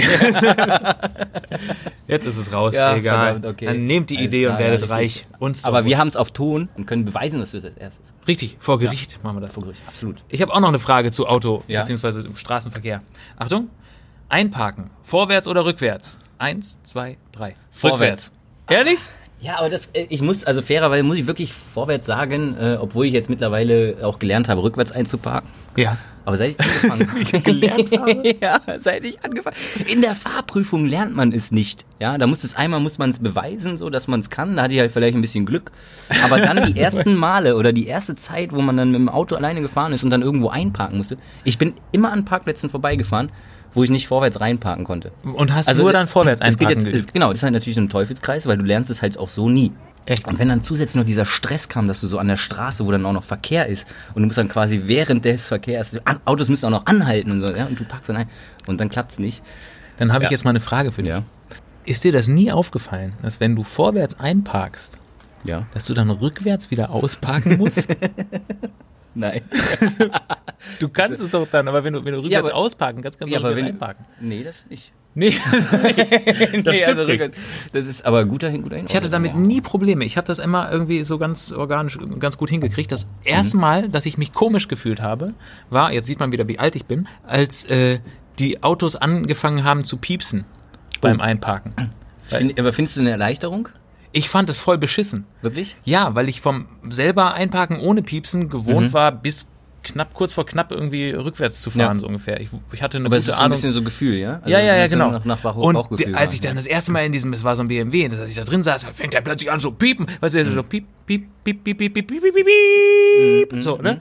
Jetzt ist es raus, ja, egal. Verdammt, okay. Dann nehmt die Alles Idee klar, und werdet ja, reich. Uns aber wir haben es auf Ton und können beweisen, dass wir es als erstes. Richtig, vor Gericht ja. machen wir das. Vor Gericht, absolut. Ich habe auch noch eine Frage zu Auto, ja. beziehungsweise Straßenverkehr. Achtung, einparken, vorwärts oder rückwärts? Eins, zwei, drei. Vorwärts. Rückwärts. Ehrlich? Ja, aber das, ich muss, also fairerweise muss ich wirklich vorwärts sagen, äh, obwohl ich jetzt mittlerweile auch gelernt habe, rückwärts einzuparken. Ja. Aber seit ich angefangen habe. gelernt habe? Ja, seit ich angefangen habe. In der Fahrprüfung lernt man es nicht. Ja, da muss es einmal, muss man es beweisen, so, dass man es kann. Da hatte ich halt vielleicht ein bisschen Glück. Aber dann die ersten Male oder die erste Zeit, wo man dann mit dem Auto alleine gefahren ist und dann irgendwo einparken musste. Ich bin immer an Parkplätzen vorbeigefahren, wo ich nicht vorwärts reinparken konnte. Und hast also, nur dann vorwärts einparken geht jetzt, ist, Genau, das ist halt natürlich ein Teufelskreis, weil du lernst es halt auch so nie. Echt? Und wenn dann zusätzlich noch dieser Stress kam, dass du so an der Straße, wo dann auch noch Verkehr ist und du musst dann quasi während des Verkehrs, an, Autos müssen auch noch anhalten und so, ja, und du parkst dann ein und dann klappt's nicht. Dann habe ja. ich jetzt mal eine Frage für dich. Ja. Ist dir das nie aufgefallen, dass wenn du vorwärts einparkst, ja. dass du dann rückwärts wieder ausparken musst? Nein. Du kannst also, es doch dann, aber wenn du, wenn du rückwärts ja, aber, ausparken kannst, kannst du ja, rückwärts wenn, einparken. Nee, das nicht. Nee, das nee, also rückwärts. Das ist aber guter hin, guter hin. Ich hatte damit nie Probleme. Ich habe das immer irgendwie so ganz organisch, ganz gut hingekriegt. Das erste Mal, dass ich mich komisch gefühlt habe, war, jetzt sieht man wieder, wie alt ich bin, als äh, die Autos angefangen haben zu piepsen beim Einparken. Find, aber findest du eine Erleichterung? Ich fand es voll beschissen. Wirklich? Ja, weil ich vom selber Einparken ohne Piepsen gewohnt mhm. war, bis knapp, kurz vor knapp irgendwie rückwärts zu fahren, ja. so ungefähr. Ich, ich hatte eine Aber gute es ist Ahnung. So ein bisschen so Gefühl, ja? Also ja, ja, ja, genau. Nach, nach und die, als ich dann das erste Mal in diesem, es war so ein B M W, dass ich da drin saß, fängt er plötzlich an so piepen, weißt du, mhm. so piep, piep, piep, piep, piep, piep, piep, piep, piep, so, ne? Mhm.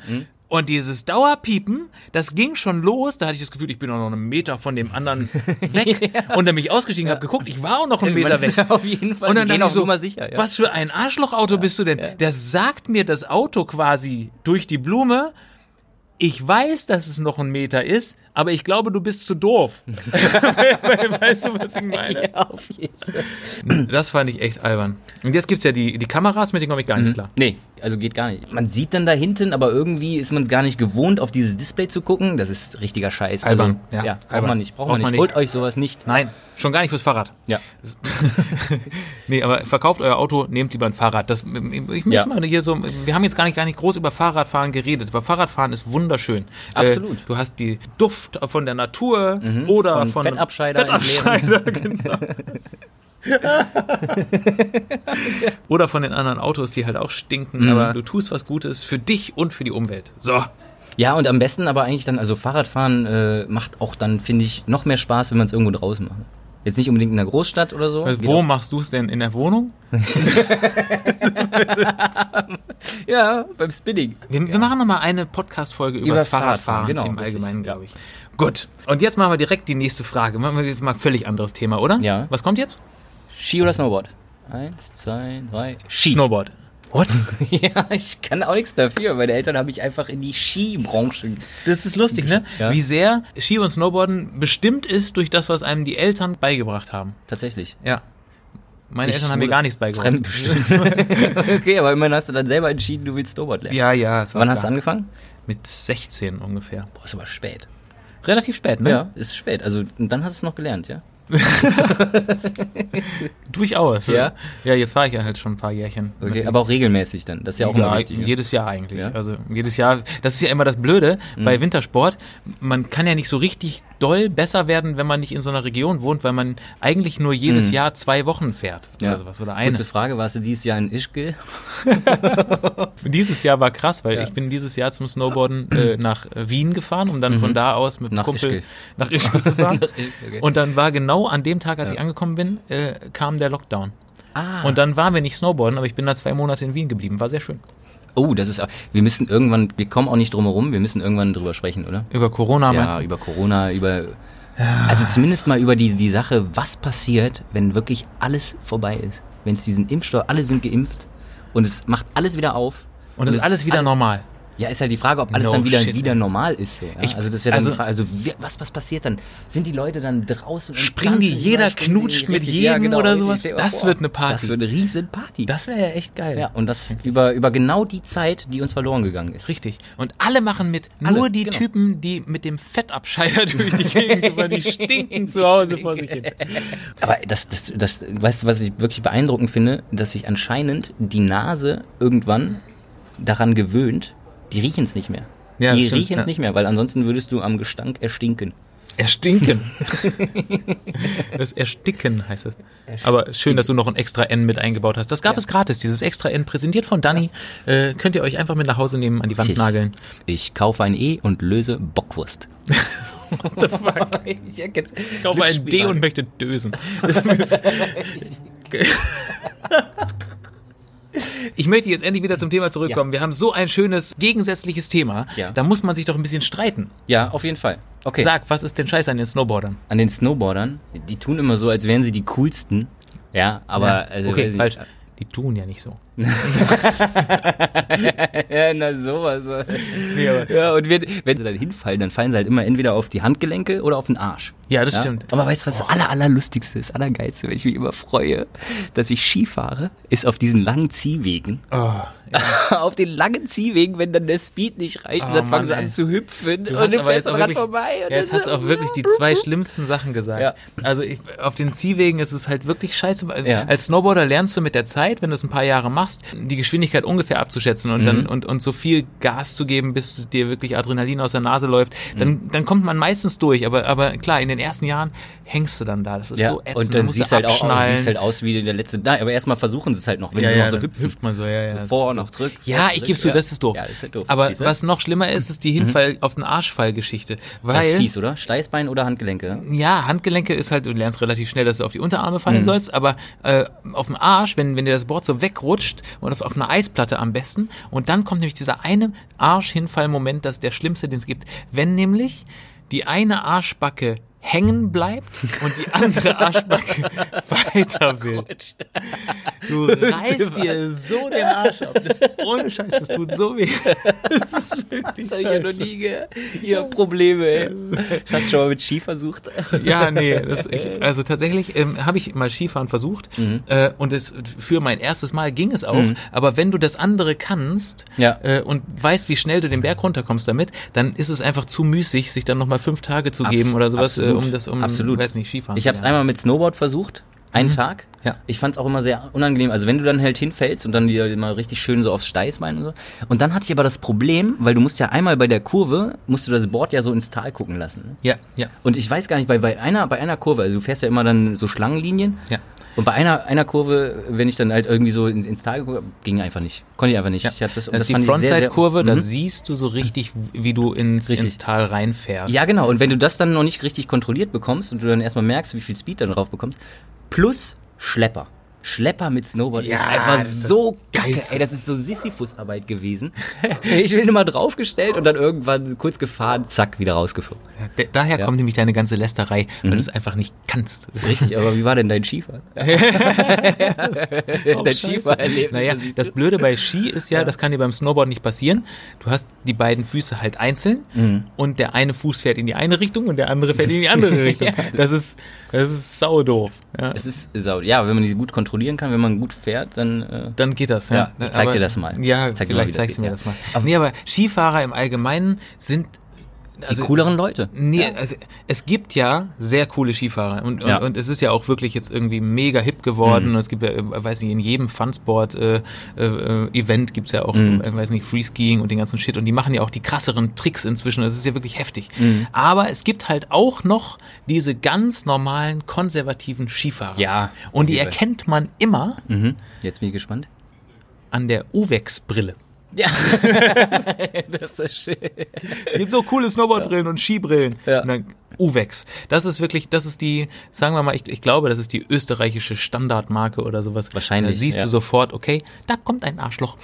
Und dieses Dauerpiepen, das ging schon los. Da hatte ich das Gefühl, ich bin noch einen Meter von dem anderen weg. ja. Und dann bin ich ausgestiegen, ja. habe geguckt, ich war auch noch einen Meter weg. Auf jeden Fall. Und dann dachte ich so, mal sicher, ja. was für ein Arschlochauto ja. bist du denn? Ja. Der sagt mir das Auto quasi durch die Blume. Ich weiß, dass es noch ein Meter ist, aber ich glaube, du bist zu doof. Weißt du, was ich meine? Ja, auf jeden Fall. Das fand ich echt albern. Und jetzt gibt's ja die, die Kameras, mit denen komme ich gar nicht klar. Nee, also geht gar nicht. Man sieht dann da hinten, aber irgendwie ist man es gar nicht gewohnt, auf dieses Display zu gucken. Das ist richtiger Scheiß. Albern, also, ja. ja braucht albern. man nicht. Braucht, braucht man nicht. Holt euch sowas nicht. Nein, schon gar nicht fürs Fahrrad. Ja. Nee, aber verkauft euer Auto, nehmt lieber ein Fahrrad. Das, ich möchte ja. mal hier so, wir haben jetzt gar nicht, gar nicht groß über Fahrradfahren geredet, aber Fahrradfahren ist wunderschön. Absolut. Äh, du hast die Duft von der Natur mhm. oder von, von Fettabscheider. Fettabscheider, genau. Oder von den anderen Autos, die halt auch stinken, mhm. aber du tust was Gutes für dich und für die Umwelt. So. Ja, und am besten aber eigentlich dann, also Fahrradfahren äh, macht auch dann, finde ich, noch mehr Spaß, wenn man es irgendwo draußen macht. Jetzt nicht unbedingt in der Großstadt oder so. Also wo machst du es denn? In der Wohnung? Ja, beim Spinning. Wir, ja. wir machen nochmal eine Podcast-Folge über das Fahrradfahren, Fahrradfahren genau, im Allgemeinen, glaube ich. Gut. Und jetzt machen wir direkt die nächste Frage. Machen wir jetzt mal ein völlig anderes Thema, oder? Ja. Was kommt jetzt? Ski oder Snowboard? Eins, zwei, drei. Ski. Snowboard. What? Ja, ich kann auch nichts dafür. Meine Eltern haben mich einfach in die Skibranche. Das ist lustig, ne? Ja. Wie sehr Ski und Snowboarden bestimmt ist durch das, was einem die Eltern beigebracht haben. Tatsächlich. Ja. Meine ich Eltern haben mir gar nichts beigebracht. Okay, aber immerhin hast du dann selber entschieden, du willst Snowboard lernen. Ja, ja. Wann klar. hast du angefangen? Mit sechzehn ungefähr. Boah, ist aber spät. Relativ spät, ne? Ja, ist spät. Also dann hast du es noch gelernt, ja? Durchaus. Ja? Ja, jetzt war ich ja halt schon ein paar Jährchen. Okay, aber auch regelmäßig dann. Das ist ja auch ja, immer wichtig. Jedes Jahr eigentlich. Ja? Also jedes Jahr, das ist ja immer das Blöde mhm. bei Wintersport. Man kann ja nicht so richtig doll besser werden, wenn man nicht in so einer Region wohnt, weil man eigentlich nur jedes mhm. Jahr zwei Wochen fährt. Ja. Oder sowas. Oder eine. Kurze Frage, warst du dieses Jahr in Ischgl? Dieses Jahr war krass, weil ja. ich bin dieses Jahr zum Snowboarden äh, nach Wien gefahren, um dann mhm. von da aus mit einem Kumpel Ischgl. nach Ischgl zu fahren. Okay. Und dann war genau an dem Tag, als ja. ich angekommen bin, äh, kam der Lockdown. Ah. Und dann waren wir nicht Snowboarden, aber ich bin da zwei Monate in Wien geblieben. War sehr schön. Oh, das ist, wir müssen irgendwann, wir kommen auch nicht drum herum, wir müssen irgendwann drüber sprechen, oder? Über Corona ja, meinst du? Ja, über Corona, über, ja. also zumindest mal über die, die Sache, was passiert, wenn wirklich alles vorbei ist. Wenn es diesen Impfstoff, alle sind geimpft und es macht alles wieder auf. Und es ist alles wieder alles, normal. Ja, ist halt die Frage, ob alles no dann wieder, shit, wieder normal ist. So, ja? ich, also das ist ja dann also, die Frage, also was, was passiert dann? Sind die Leute dann draußen? Und springen die, jeder knutscht mit jedem ja, genau, oder sowas? Das vor. wird eine Party. Das wird eine riesen Party. Das wäre ja echt geil. Ja, und das okay. über, über genau die Zeit, die uns verloren gegangen ist. Richtig. Und alle machen mit. Alle, Nur die genau. Typen, die mit dem Fettabscheider durch die Gegend über die stinken zu Hause vor sich hin. Aber das, das, das, weißt du, was ich wirklich beeindruckend finde? Dass sich anscheinend die Nase irgendwann daran gewöhnt, die riechen es nicht mehr. Ja, die riechen es ja. nicht mehr, weil ansonsten würdest du am Gestank erstinken. Erstinken? Das Ersticken heißt es. Aber schön, dass du noch ein extra N mit eingebaut hast. Das gab ja. es gratis, dieses extra N, präsentiert von Dani. Ja. Äh, könnt ihr euch einfach mit nach Hause nehmen, an die Wand ich, nageln. Ich kaufe ein E und löse Bockwurst. What the fuck? Ich, ich kaufe ein D und möchte dösen. Ich möchte jetzt endlich wieder zum Thema zurückkommen. Ja. Wir haben so ein schönes, gegensätzliches Thema. Ja. Da muss man sich doch ein bisschen streiten. Ja, auf jeden Fall. Okay. Sag, was ist denn scheiße an den Snowboardern? An den Snowboardern? Die tun immer so, als wären sie die coolsten. Ja, aber... Ja. Also, okay, falsch. Die tun ja nicht so. Ja, na sowas. Nee, aber ja, und wenn, wenn sie dann hinfallen, dann fallen sie halt immer entweder auf die Handgelenke oder auf den Arsch. Ja, das ja? stimmt. Aber weißt du, was oh. das aller, allerlustigste ist, allergeilste, wenn ich mich immer freue, dass ich Ski fahre, ist auf diesen langen Ziehwegen. Oh, ja. Auf den langen Ziehwegen, wenn dann der Speed nicht reicht, oh, und dann fangen Mann, sie an ey. zu hüpfen du und du fährst dran wirklich, vorbei. Und jetzt hast du auch wirklich die zwei schlimmsten Sachen gesagt. Ja. Also ich, auf den Ziehwegen ist es halt wirklich scheiße. Ja. Als Snowboarder lernst du mit der Zeit, wenn du es ein paar Jahre machst, die Geschwindigkeit ungefähr abzuschätzen und mhm. dann und, und so viel Gas zu geben, bis dir wirklich Adrenalin aus der Nase läuft. Dann, mhm. dann kommt man meistens durch. Aber, aber klar, in den ersten Jahren hängst du dann da. Das ist ja. so ätzend. Und dann siehst du halt auch aus, siehst halt aus wie der letzte. Nein, aber erstmal versuchen sie es halt noch, wenn ja, sie ja, noch so hüpfen. hüpft man so, ja, ja. So vor und noch zurück. Ja, ich gebe zu, das ist doof. Ja, das ist halt doof. Aber was noch schlimmer ist, ist die Hinfall mhm. auf den Arschfall-Geschichte. Weil, das ist fies, oder? Steißbein oder Handgelenke? Ja, Handgelenke ist halt, du lernst relativ schnell, dass du auf die Unterarme fallen mhm. sollst, aber äh, auf dem Arsch, wenn, wenn dir das Board so wegrutscht, rutscht und auf, auf einer Eisplatte am besten. Und dann kommt nämlich dieser eine Arschhinfall-Moment, das ist der schlimmste, den es gibt. Wenn nämlich die eine Arschbacke hängen bleibt und die andere Arschbacke weiter will. Du reißt dir so den Arsch ab. Das ist ohne Scheiß, das tut so weh. Das ist wirklich das hab ich ja noch nie gehört. Ihr habt Probleme, ey. Hast du schon mal mit Ski versucht? Ja, nee. Das, ich, also tatsächlich ähm, habe ich mal Skifahren versucht mhm. äh, und es, für mein erstes Mal ging es auch. Mhm. Aber wenn du das andere kannst ja. äh, und weißt, wie schnell du den Berg runterkommst damit, dann ist es einfach zu müßig, sich dann nochmal fünf Tage zu geben Abs- oder sowas. Äh, um das, um, Absolut. weiß nicht, Skifahren. Ich habe es einmal mit Snowboard versucht, einen mhm. Tag. Ja. Ich fand es auch immer sehr unangenehm. Also wenn du dann halt hinfällst und dann dir immer richtig schön so aufs Steißbein und so. Und dann hatte ich aber das Problem, weil du musst ja einmal bei der Kurve, musst du das Board ja so ins Tal gucken lassen. Ja, ja. Und ich weiß gar nicht, bei, bei einer, bei einer Kurve, also du fährst ja immer dann so Schlangenlinien. Ja. Und bei einer, einer Kurve, wenn ich dann halt irgendwie so ins, ins Tal geguckt habe, ging einfach nicht. Konnte ich einfach nicht. Ja. Ich hatte das, das, das ist die Frontside-Kurve, da mhm. siehst du so richtig, wie du ins, richtig. ins Tal reinfährst. Ja, genau. Und wenn du das dann noch nicht richtig kontrolliert bekommst und du dann erstmal merkst, wie viel Speed dann drauf bekommst, plus Schlepper. Schlepper mit Snowboard ja, ist einfach so geil. Ey, das ist so Sisyphus-Arbeit gewesen. Ich bin immer draufgestellt und dann irgendwann kurz gefahren, zack, wieder rausgeflogen. Ja, d- daher ja. kommt nämlich deine ganze Lästerei, weil mhm. du es einfach nicht kannst. Das ist richtig, aber wie war denn dein Skifahren? dein Skifahrerlebnis. Naja, das Blöde bei Ski ist ja, ja, das kann dir beim Snowboard nicht passieren. Du hast die beiden Füße halt einzeln mhm. und der eine Fuß fährt in die eine Richtung und der andere fährt in die andere Richtung. ja. Das ist, das ist saudoof. Ja. Es ist sau, ja, wenn man die gut kontrollieren kann, wenn man gut fährt, dann äh, dann geht das. Ja, ja ich zeig aber, dir das mal. Ja, zeig vielleicht mal, zeigst du mir geht, das mal. Aber nee, aber Skifahrer im Allgemeinen sind also, die cooleren Leute. Nee, ja. also es gibt ja sehr coole Skifahrer und, ja. und, und es ist ja auch wirklich jetzt irgendwie mega hip geworden mhm. und es gibt ja, weiß nicht, in jedem Funsport äh, äh, Event gibt's ja auch, mhm. äh, weiß nicht, Freeskiing und den ganzen Shit und die machen ja auch die krasseren Tricks inzwischen, das ist ja wirklich heftig. Mhm. Aber es gibt halt auch noch diese ganz normalen, konservativen Skifahrer. Ja. Und die liebe. erkennt man immer mhm. Jetzt bin ich gespannt. An der Uvex-Brille. Ja, das ist schön. Es gibt so coole Snowboardbrillen ja. und Skibrillen. Ja. Und dann Uvex. Das ist wirklich, das ist die, sagen wir mal, ich, ich glaube, das ist die österreichische Standardmarke oder sowas. Wahrscheinlich. Da siehst ja. du sofort, okay, da kommt ein Arschloch.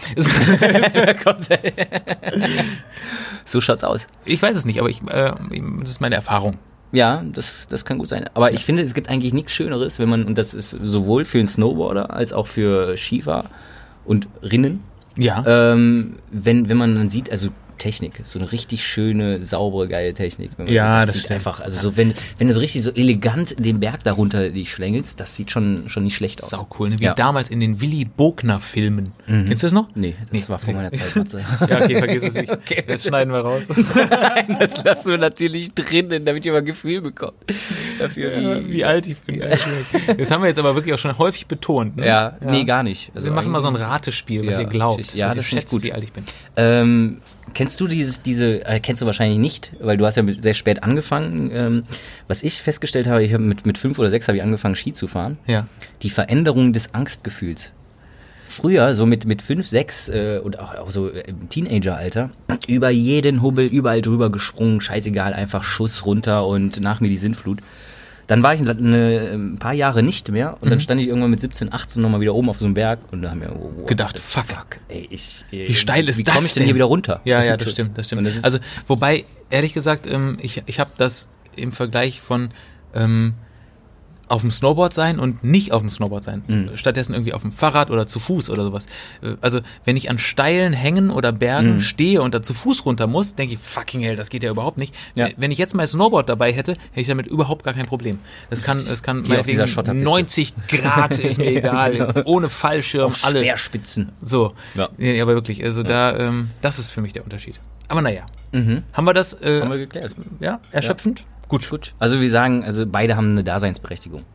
So schaut's aus. Ich weiß es nicht, aber ich, äh, das ist meine Erfahrung. Ja, das, das kann gut sein. Aber ja. ich finde, es gibt eigentlich nichts Schöneres, wenn man, und das ist sowohl für einen Snowboarder als auch für Skifahrer und Rinnen, ja. Ähm, wenn, wenn man dann sieht, also Technik, so eine richtig schöne, saubere, geile Technik. Wenn man ja, sieht, das, das sieht stimmt. einfach, also so, wenn, wenn du so richtig so elegant den Berg darunter dich schlängelst, das sieht schon, schon nicht schlecht aus. Sau cool, ne? Wie ja. damals in den Willy Bogner-Filmen. Mhm. Kennst du das noch? Nee, das nee. war vor meiner Zeit. Matze. Ja, okay, vergiss es nicht. Okay. Das schneiden wir raus. Nein, das lassen wir natürlich drinnen, damit ihr mal ein Gefühl bekommt. Dafür, ja, wie, wie alt ich bin. Ja. Das haben wir jetzt aber wirklich auch schon häufig betont. Ne? Ja, ja, nee, gar nicht. Also wir machen mal so ein Ratespiel, was ja, ihr glaubt. Ich, ja, was das ihr schätzt, gut. wie alt ich bin. Ähm, kennst du dieses, diese, äh, kennst du wahrscheinlich nicht, weil du hast ja sehr spät angefangen. Ähm, was ich festgestellt habe, ich habe mit, mit fünf oder sechs habe ich angefangen, Ski zu fahren. Ja. Die Veränderung des Angstgefühls. Früher, so mit, mit fünf, sechs äh, und auch, auch so im Teenageralter, über jeden Hubbel, überall drüber gesprungen, scheißegal, einfach Schuss runter und nach mir die Sintflut. Dann war ich eine, ein paar Jahre nicht mehr und mhm. dann stand ich irgendwann mit siebzehn, achtzehn nochmal wieder oben auf so einem Berg und da haben wir oh, gedacht, fuck, fuck, ey, ich, wie steil ist wie das komme ich denn hier wieder runter? Ja, ja, das stimmt, das stimmt. Das also, wobei, ehrlich gesagt, ähm, ich, ich habe das im Vergleich von ähm, auf dem Snowboard sein und nicht auf dem Snowboard sein. Mhm. Stattdessen irgendwie auf dem Fahrrad oder zu Fuß oder sowas. Also, wenn ich an steilen Hängen oder Bergen mhm. stehe und da zu Fuß runter muss, denke ich, fucking hell, das geht ja überhaupt nicht. Ja. Wenn ich jetzt mein Snowboard dabei hätte, hätte ich damit überhaupt gar kein Problem. Das kann, es kann meinetwegen neunzig Grad, ist mir egal, genau. Ohne Fallschirm, auf alles. Speerspitzen. So. Ja. Nee, aber wirklich, also ja. da, ähm, das ist für mich der Unterschied. Aber naja. Mhm. Haben wir das? Äh, haben wir geklärt. Ja, erschöpfend? Ja. Gut. Gut. Also wir sagen, also beide haben eine Daseinsberechtigung.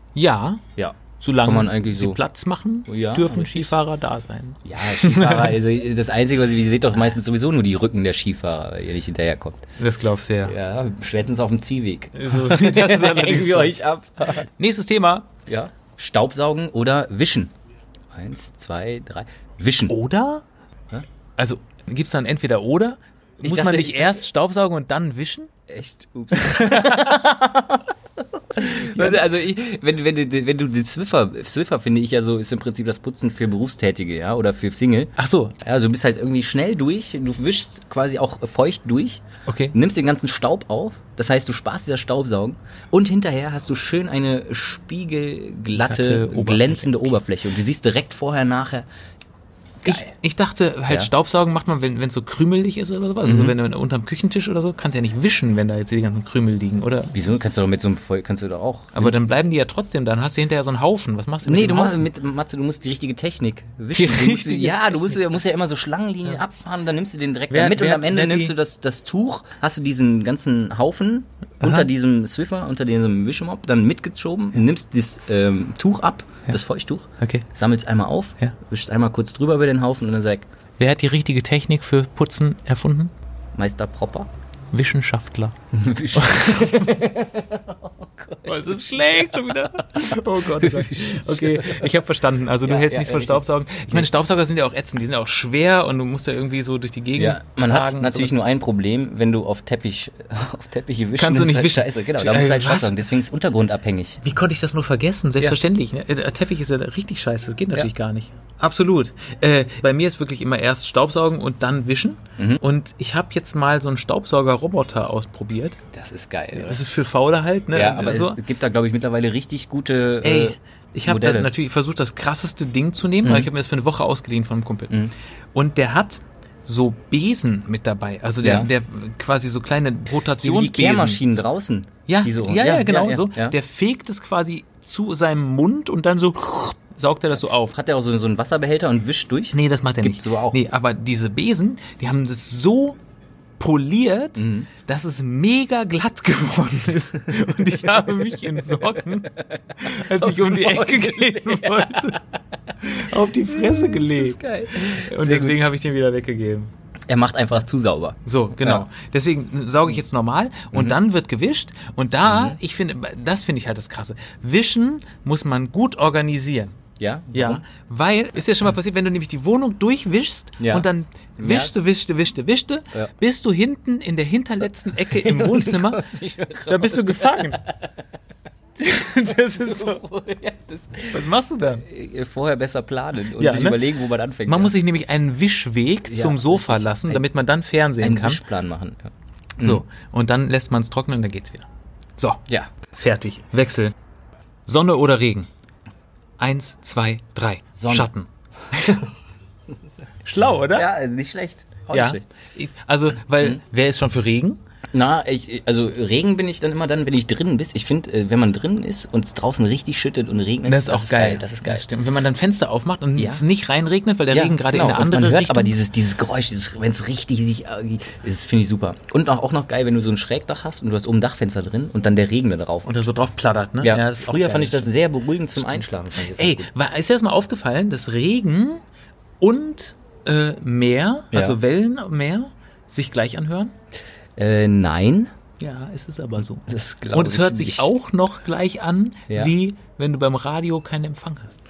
Ja. Ja. Solange man eigentlich sie so Platz machen, ja, dürfen Skifahrer da sein. Ja, Skifahrer, also das Einzige, was ihr, ihr seht doch meistens sowieso nur die Rücken der Skifahrer, weil ihr nicht hinterherkommt. Das glaubst du ja. Ja, spätestens auf dem Zielweg. So, das ist hängen wir euch ab. Nächstes Thema. Ja. Staubsaugen oder wischen. Eins, zwei, drei. Wischen. Oder? Ja? Also, gibt's dann entweder oder? Ich Muss dachte, man nicht erst staubsaugen und dann wischen? Echt? Ups. Weißt du, also ich, wenn, wenn, du, wenn du den Swiffer, Swiffer finde ich ja so, ist im Prinzip das Putzen für Berufstätige, ja, oder für Single. Ach so. Ja, also du bist halt irgendwie schnell durch, du wischst quasi auch feucht durch, okay. nimmst den ganzen Staub auf, das heißt, du sparst dir das Staubsaugen und hinterher hast du schön eine spiegelglatte, Oberfläche. glänzende Oberfläche und du siehst direkt vorher, nachher. Ich, ich dachte halt, ja. Staubsaugen macht man, wenn es so krümelig ist oder sowas. Also mhm. wenn du unterm Küchentisch oder so, kannst du ja nicht wischen, wenn da jetzt die ganzen Krümel liegen, oder? Wieso? Kannst du doch mit so einem Voll, kannst du doch auch. Aber dann bleiben die ja trotzdem, dann hast du hinterher so einen Haufen. Was machst du mit Nee, dem du Haufen? machst mit Matze, du musst die richtige Technik wischen. Die Du musst, richtige ja, du musst, du musst ja immer so Schlangenlinien ja. abfahren, dann nimmst du den direkt wer, mit wer, und am Ende nimmst du das, das Tuch, hast du diesen ganzen Haufen Aha. unter diesem Swiffer, unter diesem Wischmopp, dann mitgeschoben, nimmst das ähm, Tuch ab, ja. das Feuchttuch, okay. sammelst einmal auf, ja. wischst einmal kurz drüber über den Haufen und dann sag, wer hat die richtige Technik für Putzen erfunden? Meister Propper. Wissenschaftler. Oh Gott. Es ist schlecht schon wieder. Oh Gott. Okay, ich habe verstanden. Also du ja, hältst ja, nichts von Staubsaugen. Ich meine, Staubsauger sind ja auch ätzend. Die sind ja auch schwer und du musst ja irgendwie so durch die Gegend ja, man tragen. hat natürlich so. Nur ein Problem, wenn du auf Teppich auf Teppiche wischst. Kannst du nicht halt wischen. Scheiße. Genau, da musst du halt Staubsaugen. Deswegen ist es untergrundabhängig. Wie konnte ich das nur vergessen? Selbstverständlich. Ja. Ne? Teppich ist ja richtig scheiße. Das geht natürlich ja. gar nicht. Absolut. Äh, bei mir ist wirklich immer erst Staubsaugen und dann wischen. Mhm. Und ich habe jetzt mal so einen Staubsauger-Roboter ausprobiert. Das ist geil. Das ist für Faule halt. Ne? Ja, aber so. es gibt da, glaube ich, mittlerweile richtig gute äh, Ey, ich habe das natürlich versucht, das krasseste Ding zu nehmen, mhm. aber ich habe mir das für eine Woche ausgeliehen von einem Kumpel. Mhm. Und der hat so Besen mit dabei. Also der, ja. der quasi so kleine Rotationsbesen. Die Kehrmaschinen draußen. Ja, die so, ja, ja, ja, genau ja, ja, so. Ja. Der fegt es quasi zu seinem Mund und dann so saugt er das so auf. Hat der auch so, so einen Wasserbehälter und wischt durch? Nee, das macht er Gibt's nicht. So auch. Nee, aber diese Besen, die haben das so poliert, mhm. dass es mega glatt geworden ist. Und ich habe mich in Sorgen, als ich um die Ecke gehen wollte, auf die Fresse gelegt. Das ist geil. Und Sehr deswegen habe ich den wieder weggegeben. Er macht einfach zu sauber. So, genau. Ja. Deswegen sauge ich jetzt normal und mhm. dann wird gewischt. Und da, mhm. ich finde, das finde ich halt das Krasse. Wischen muss man gut organisieren. Ja? Warum? Ja, weil, ist ja schon mal passiert, wenn du nämlich die Wohnung durchwischst ja. und dann wischst du, wischst du, wischst du, wischst du, ja. bist du hinten in der hinterletzten Ecke im Wohnzimmer, da bist du gefangen. Das ist so. Was machst du dann? Vorher besser planen und ja, sich ne? überlegen, wo man anfängt. Man ja. muss sich nämlich einen Wischweg ja, zum Sofa richtig. lassen, damit man dann Fernsehen einen kann. Einen Wischplan machen. Ja. So, und dann lässt man es trocknen und dann geht's wieder. So, ja. Fertig. Wechsel. Sonne oder Regen? Eins, zwei, drei. Sonne. Schatten. Schlau, oder? Ja, also nicht schlecht. Auch ja. nicht schlecht. Also, weil, mhm. wer ist schon für Regen? Na, ich, also Regen bin ich dann immer dann, wenn ich drin bin. Ich finde, wenn man drin ist und es draußen richtig schüttet und regnet, das ist auch das geil. Ist geil. Das ist geil. Das stimmt. Wenn man dann Fenster aufmacht und ja. es nicht reinregnet, weil der ja, Regen gerade genau. in eine andere und man hört Richtung. Aber dieses, dieses Geräusch, dieses, wenn es richtig sich, das finde ich super. Und auch, auch noch geil, wenn du so ein Schrägdach hast und du hast oben ein Dachfenster drin und dann der Regen da drauf. Und da so drauf plattert, ne? Ja, ja das ist früher auch fand ich das sehr beruhigend zum Einschlafen. Ey, war, ist dir das mal aufgefallen, dass Regen und äh, Meer, ja. also Wellen, Meer, sich gleich anhören? Äh, nein. Ja, es ist aber so. Das und es hört sich nicht. auch noch gleich an, ja. wie wenn du beim Radio keinen Empfang hast.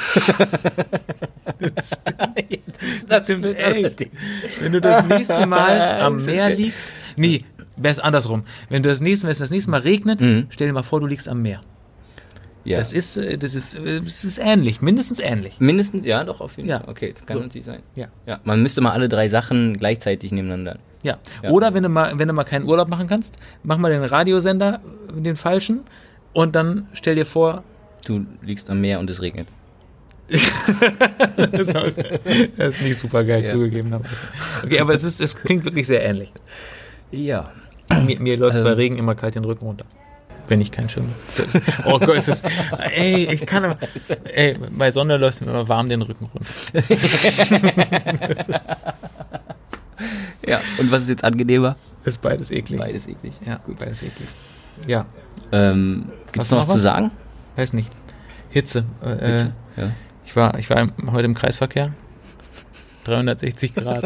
Das stimmt, das stimmt echt. Wenn du das nächste Mal am Meer liegst, nee, besser andersrum. Wenn du das nächste, wenn es das nächste Mal regnet, mhm. stell dir mal vor, du liegst am Meer. Ja. Das ist, das ist, das ist ähnlich, mindestens ähnlich. Mindestens, ja, doch, auf jeden ja. Fall. Okay, das kann so. natürlich sein. Ja. ja. Man müsste mal alle drei Sachen gleichzeitig nebeneinander. Ja. ja. Oder wenn du mal, wenn du mal keinen Urlaub machen kannst, mach mal den Radiosender, den falschen, und dann stell dir vor, du liegst am Meer und es regnet. Das ist nicht super geil ja. zugegeben. Okay, aber es ist, es klingt wirklich sehr ähnlich. Ja. Mir, mir läuft es ähm. bei Regen immer kalt den Rücken runter. Wenn ich keinen Schirm habe. Oh Gott, es ist, ey, ich kann aber, ey, bei Sonne läuft es mir immer warm den Rücken runter. Ja, und was ist jetzt angenehmer? Ist beides eklig. Beides eklig. Ja, gut, beides eklig. Ja. Ähm, Gibt es noch was, was zu sagen? Weiß nicht. Hitze. Äh, Hitze, ja. Ich war, ich war im, heute im Kreisverkehr. dreihundertsechzig Grad.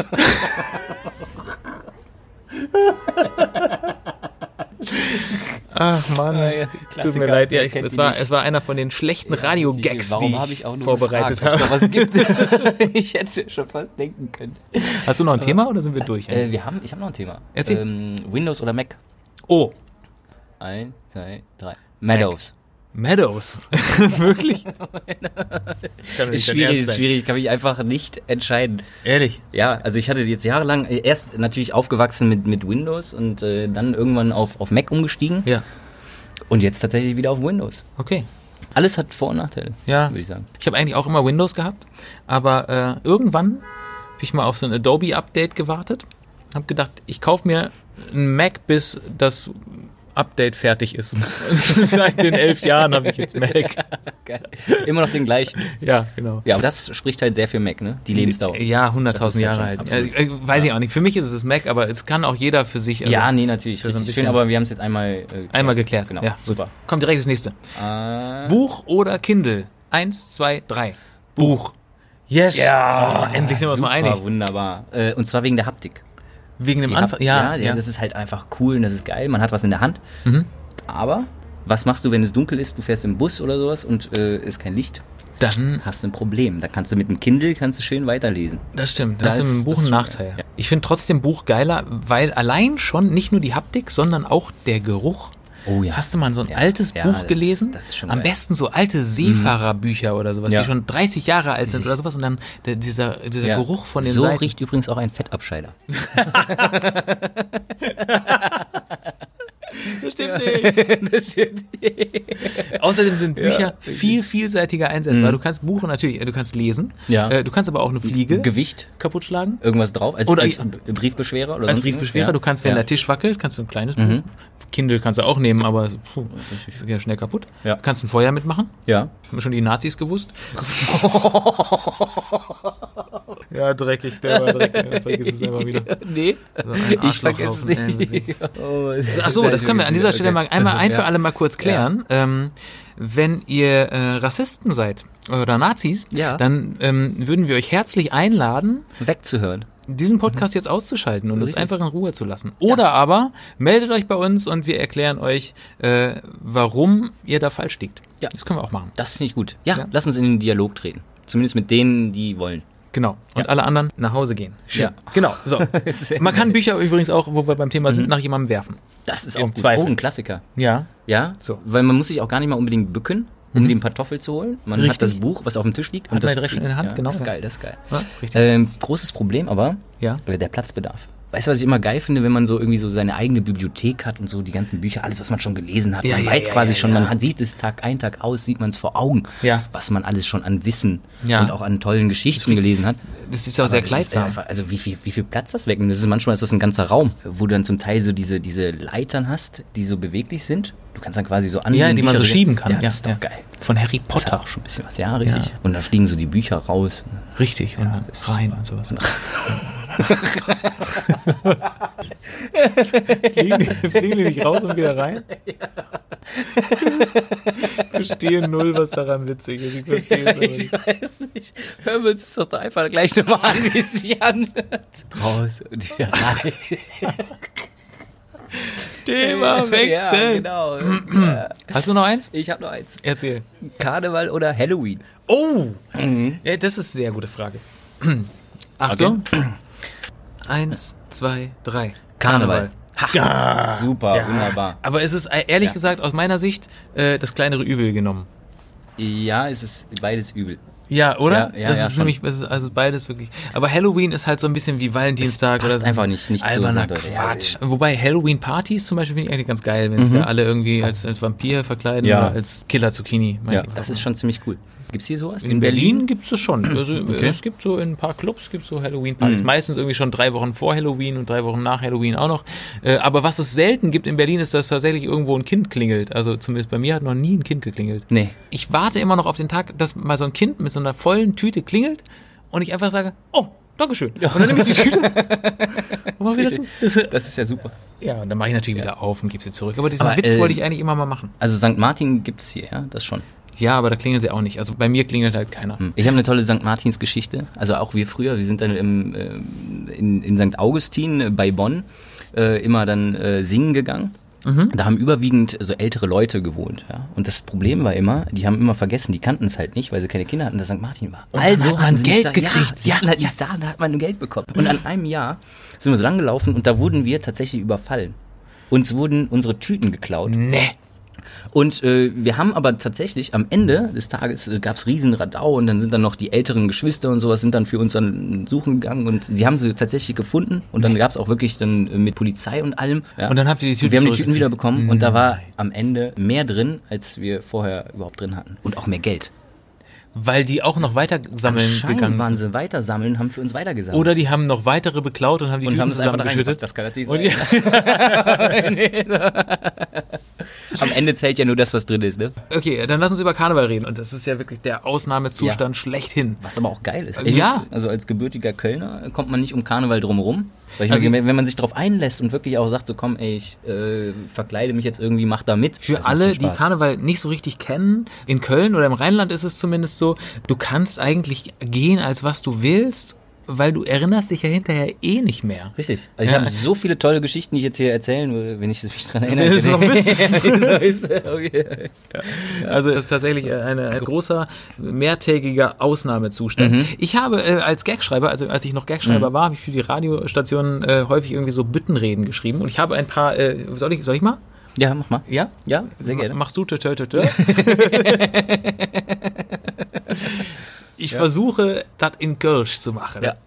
Ach Mann, ah, ja, es tut mir leid. Ja, ich, es, war, es war einer von den schlechten ja, Radio-Gags, die ich, ich auch vorbereitet habe. Ob es was gibt. Ich hätte es ja schon fast denken können. Hast du noch ein Thema oder sind wir durch? Äh, wir haben, ich habe noch ein Thema. Erzähl. Ähm, Windows oder Mac? Oh. Eins, zwei, drei. Meadows. Meadows? Wirklich? Ist schwierig, ist schwierig, ich kann mich einfach nicht entscheiden. Ehrlich? Ja, also ich hatte jetzt jahrelang erst natürlich aufgewachsen mit, mit Windows und äh, dann irgendwann auf, auf Mac umgestiegen. Ja. Und jetzt tatsächlich wieder auf Windows. Okay. Alles hat Vor- und Nachteile, ja. würde ich sagen. Ich habe eigentlich auch immer Windows gehabt, aber äh, irgendwann habe ich mal auf so ein Adobe-Update gewartet. Habe gedacht, ich kaufe mir ein Mac, bis das Update fertig ist. Seit den elf Jahren habe ich jetzt Mac. Geil. Immer noch den gleichen. Ja, genau. Ja, aber das spricht halt sehr für Mac, ne? Die Lebensdauer. Ja, hunderttausend Jahre alt. Also, ich, weiß ich auch nicht. Für mich ist es das Mac, aber es kann auch jeder für sich. Also ja, nee, natürlich. Für so ein schön, aber wir haben es jetzt einmal äh, geklärt. Einmal geklärt. Genau. Ja, super. Kommt direkt das nächste. Äh, Buch oder Kindle? Eins, zwei, drei. Buch. Yes. Ja, oh, endlich sind wir uns mal einig. Wunderbar. Äh, und zwar wegen der Haptik. Wegen dem Die Anfang? Hap- Ja, ja, ja. Das ist halt einfach cool und das ist geil. Man hat was in der Hand. Mhm. Aber was machst du, wenn es dunkel ist? Du fährst im Bus oder sowas und äh, ist kein Licht. Dann hast du ein Problem. Da kannst du mit dem Kindle kannst du schön weiterlesen. Das stimmt. Da Das ist ist im Buch das ein Nachteil. ja. Ich finde trotzdem Buch geiler, weil allein schon nicht nur die Haptik, sondern auch der Geruch. Oh ja. Hast du mal so ein Ja. altes Ja, Buch das gelesen? ist- das ist schon Am geil. besten so alte Seefahrerbücher oder sowas, Ja. die schon dreißig Jahre alt sind oder sowas und dann der, dieser, dieser Ja. Geruch von den So Seiten. riecht übrigens auch ein Fettabscheider. Das stimmt nicht. Das stimmt. Außerdem sind Bücher viel vielseitiger einsetzbar. Du kannst Buch natürlich, äh, du kannst lesen. Ja. Äh, Du kannst aber auch eine Fliege Gewicht, kaputt schlagen. irgendwas drauf, als, Oder- als B- Briefbeschwerer oder Als sonst Briefbeschwerer, irgendwas? du kannst, wenn ja. der Tisch wackelt, kannst du ein kleines Mhm. Buch. Kindle kannst du auch nehmen, aber puh, ist ja schnell kaputt. Ja. Du kannst ein Feuer mitmachen. Ja. Haben schon die Nazis gewusst? Ja, dreckig, der war dreckig. Vergiss es einfach wieder. Nee, So ein ich vergesse es Arschlochhaufen, nicht. ey. Oh, Ach so, das können wir an dieser Stelle mal einmal ein für alle mal kurz klären. Ähm, wenn ihr äh, Rassisten seid oder Nazis, Ja. dann ähm, würden wir euch herzlich einladen, Wegzuhören. diesen Podcast jetzt auszuschalten und uns Richtig. einfach in Ruhe zu lassen. Oder aber meldet euch bei uns und wir erklären euch, äh, warum ihr da falsch liegt. Ja. Das können wir auch machen. Das finde ich gut. Ja, Ja. lass uns in den Dialog treten. Zumindest mit denen, die wollen. Genau. Und Ja. alle anderen nach Hause gehen. Ja. Genau. So. Man kann Bücher übrigens auch, wo wir beim Thema sind, nach jemandem werfen. Das ist Im auch gut. Zweifel. Oh, ein Klassiker. Ja. Ja, So. weil man muss sich auch gar nicht mal unbedingt bücken, um Mhm. den Pantoffel zu holen. Man Richtig. hat das Buch, was auf dem Tisch liegt. Hat das man direkt schon in der Hand, ja, genau. Das ist geil, das ist geil. Ja, richtig. Ähm, großes Problem aber, Ja. äh, der Platzbedarf. Weißt du, was ich immer geil finde, wenn man so irgendwie so seine eigene Bibliothek hat und so die ganzen Bücher, alles, was man schon gelesen hat. Ja, man ja, weiß ja, quasi ja, schon, ja. man hat, sieht es Tag ein, Tag aus, sieht man es vor Augen, Ja. was man alles schon an Wissen Ja. und auch an tollen Geschichten gelesen hat. Das ist ja auch sehr Aber das ist kleidsam. einfach, also wie viel, wie viel Platz das wegnimmt. Das ist manchmal ist das ein ganzer Raum, wo du dann zum Teil so diese, diese Leitern hast, die so beweglich sind. Du kannst dann quasi so an Ja, den die man so Bücher- schieben kann. Ja, Ja, das ist doch ja. geil. Von Harry Das hat Potter. auch schon ein bisschen was. Ja, richtig. Ja. Und dann fliegen so die Bücher raus. Richtig. Und Ja, dann das- rein und sowas. fliegen, die, fliegen die nicht raus und wieder rein? Ich verstehe null, was daran witzig ist. Ich verstehe es aber nicht. Ich weiß nicht. Hören wir uns das doch einfach gleich nochmal an, wie es sich anhört. Raus und wieder rein. Thema wechseln. Ja, genau. Ja. Hast du noch eins? Ich habe noch eins. Erzähl. Karneval oder Halloween? Oh! Ja, das ist eine sehr gute Frage. Achtung. Eins, zwei, drei. Karneval. Ha. Super, Ja. wunderbar. Aber es ist äh, ehrlich Ja. gesagt aus meiner Sicht äh, das kleinere Übel genommen. Ja, es ist beides übel. Ja, oder? Ja, ja, das ja, ist schon. nämlich, es ist also beides wirklich. Aber Halloween ist halt so ein bisschen wie Valentinstag passt oder so. einfach nicht- nicht zu alberner Sankt- Quatsch. Wobei Halloween-Partys zum Beispiel finde ich eigentlich ganz geil, wenn sich da alle irgendwie als, als Vampir verkleiden Ja. oder als Killer-Zucchini. Ja, das ist schon ziemlich cool. Gibt's hier sowas? In Berlin gibt's es schon. Also Okay. es gibt so in ein paar Clubs gibt's so Halloween-Partys. Mhm. Meistens irgendwie schon drei Wochen vor Halloween und drei Wochen nach Halloween auch noch. Äh, aber was es selten gibt in Berlin ist, dass tatsächlich irgendwo ein Kind klingelt. Also zumindest bei mir hat noch nie ein Kind geklingelt. Nee. Ich warte immer noch auf den Tag, dass mal so ein Kind mit so einer vollen Tüte klingelt und ich einfach sage, oh, Dankeschön. Und dann nehme ich die Tüte und mach wieder zu. Das ist ja super. Ja, und dann mache ich natürlich wieder auf und gebe sie zurück. Aber diesen Aber, Witz äh, wollte ich eigentlich immer mal machen. Also Sankt Martin gibt's hier, ja? Das schon. Ja, aber da klingeln sie auch nicht. Also bei mir klingelt halt keiner. Hm. Ich habe eine tolle Sankt Martins Geschichte. Also auch wir früher, wir sind dann im, äh, in, in Sankt Augustin äh, bei Bonn äh, immer dann äh, singen gegangen. Da haben überwiegend so ältere Leute gewohnt. Ja? Und das Problem war immer, die haben immer vergessen, die kannten es halt nicht, weil sie keine Kinder hatten, dass Sankt Martin war. Und dann hat man haben sie Geld nicht gekriegt. Ja, sie hatten halt nichts da, da hat man Geld bekommen. Und an einem Jahr sind wir so lang gelaufen und da wurden wir tatsächlich überfallen. Uns wurden unsere Tüten geklaut. Nee. Und äh, wir haben aber tatsächlich am Ende des Tages äh, gab es riesen Radau und dann sind dann noch die älteren Geschwister und sowas sind dann für uns dann suchen gegangen und die haben sie tatsächlich gefunden und dann gab es auch wirklich dann äh, mit Polizei und allem. Ja. Und dann habt ihr die Tüten Wir haben die Tüten wieder bekommen Nein. und da war am Ende mehr drin, als wir vorher überhaupt drin hatten und auch mehr Geld. Weil die auch noch weiter sammeln Anscheinend gegangen waren sind. sie weiter sammeln, haben für uns weitergesammelt. Oder die haben noch weitere beklaut und haben die und Tüten haben es einfach da zusammengeschüttet. Das kann natürlich Und sein. Am Ende zählt ja nur das, was drin ist, ne? Okay, dann lass uns über Karneval reden. Und das ist ja wirklich der Ausnahmezustand Ja. schlechthin. Was aber auch geil ist. Äh, ja. Muss, also als gebürtiger Kölner kommt man nicht um Karneval drumherum. Weil ich Also- meine, wenn man sich darauf einlässt und wirklich auch sagt, so komm, ey, ich äh, verkleide mich jetzt irgendwie, mach da mit. Für Das macht alle, so die Spaß. Karneval nicht so richtig kennen, in Köln oder im Rheinland ist es zumindest so, du kannst eigentlich gehen, als was du willst, weil du erinnerst dich ja hinterher eh nicht mehr. Richtig. Also ich Ja. habe so viele tolle Geschichten, die ich jetzt hier erzählen würde, wenn ich mich dran erinnere. Wenn du es noch wüsstest. Okay. Also es ist tatsächlich ein, ein großer, mehrtägiger Ausnahmezustand. Mhm. Ich habe äh, als Gagschreiber, also als ich noch Gagschreiber Mhm. war, habe ich für die Radiostationen äh, häufig irgendwie so Büttenreden geschrieben und ich habe ein paar, äh, soll ich, soll ich mal? Ja, mach mal. Ja? Ja, sehr gerne. Machst du tö, tö, tö, tö. Ich ja. versuche, das in Kölsch zu machen. Ja.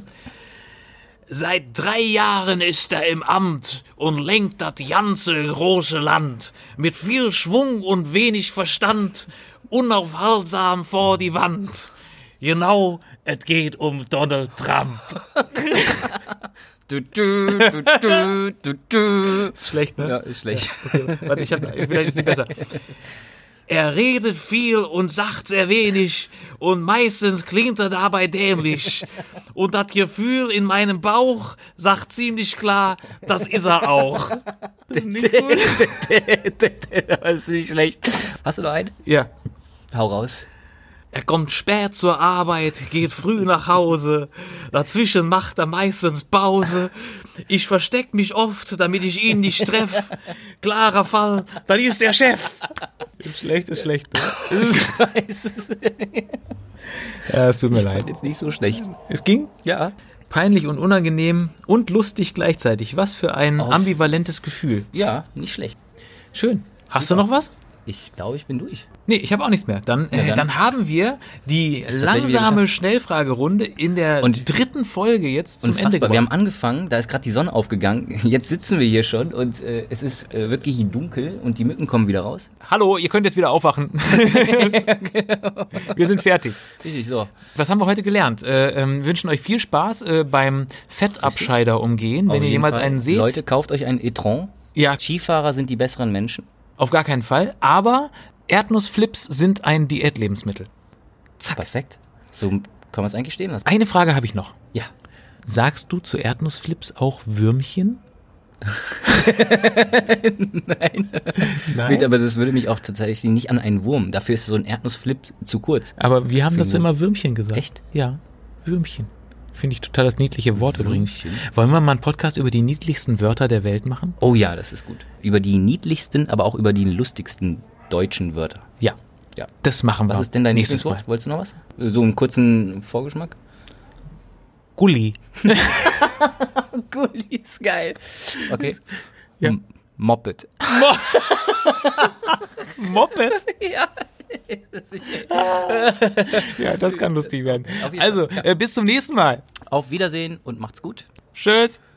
Seit drei Jahren ist er im Amt und lenkt das ganze große Land. Mit viel Schwung und wenig Verstand, unaufhaltsam vor die Wand. Genau, es geht um Donald Trump. Du, du, du, du, du, du. Ist schlecht, ne? Ja, ist schlecht. Ja, okay. Warte, ich hab, vielleicht ist die besser. Er redet viel und sagt sehr wenig und meistens klingt er dabei dämlich. Und das Gefühl in meinem Bauch sagt ziemlich klar, das ist er auch. Das ist nicht gut. Das ist nicht schlecht. Hast du noch einen? Ja. Hau raus. Er kommt spät zur Arbeit, geht früh nach Hause. Dazwischen macht er meistens Pause. Ich versteck mich oft, damit ich ihn nicht treffe. Klarer Fall, dann ist der Chef. Ist schlecht, ist schlecht. Ne? Ich weiß es. Ja, es tut mir leid. Jetzt nicht so schlecht. Es ging? Ja. Peinlich und unangenehm und lustig gleichzeitig. Was für ein Auf. ambivalentes Gefühl. Ja, nicht schlecht. Schön. Hast du noch was? Ich glaube, ich bin durch. Nee, ich habe auch nichts mehr. Dann, äh, Ja, dann. dann haben wir die Ist tatsächlich wieder langsame geschafft. Schnellfragerunde in der Und- dritten Folge jetzt zum Ende Unfassbar. Wir haben gebracht. angefangen, da ist gerade die Sonne aufgegangen. Jetzt sitzen wir hier schon und äh, es ist äh, wirklich dunkel und die Mücken kommen wieder raus. Hallo, ihr könnt jetzt wieder aufwachen. Wir sind fertig. Richtig, so. Was haben wir heute gelernt? Äh, ähm, wünschen euch viel Spaß äh, beim Fettabscheider umgehen, Auf wenn ihr jeden jemals Fall. einen seht. Leute, kauft euch einen e-tron. Ja, Skifahrer sind die besseren Menschen. auf gar keinen Fall. Aber Erdnussflips sind ein Diätlebensmittel. Zack. Perfekt. So kann man es eigentlich stehen lassen. Eine Frage habe ich noch. Ja. Sagst du zu Erdnussflips auch Würmchen? Nein. Nein. Nee, aber das würde mich auch tatsächlich nicht an einen Wurm. Dafür ist so ein Erdnussflip zu kurz. Aber wir haben das Finde- immer Würmchen gesagt. Echt? Ja, Würmchen. Finde ich total das niedliche Wort übrigens. Würmchen. Wollen wir mal einen Podcast über die niedlichsten Wörter der Welt machen? Oh ja, das ist gut. Über die niedlichsten, aber auch über die lustigsten deutschen Wörter. Ja, Ja. das machen wir. Was ist denn dein nächstes Mal? Lieblingswort? Wolltest du noch was? So einen kurzen Vorgeschmack? Gulli. Gulli ist geil. Okay. Ja. M- Moped. Moped? Ja. Ja, das kann lustig werden. Auf jeden Also, Fall. äh, bis zum nächsten Mal. Auf Wiedersehen und macht's gut. Tschüss.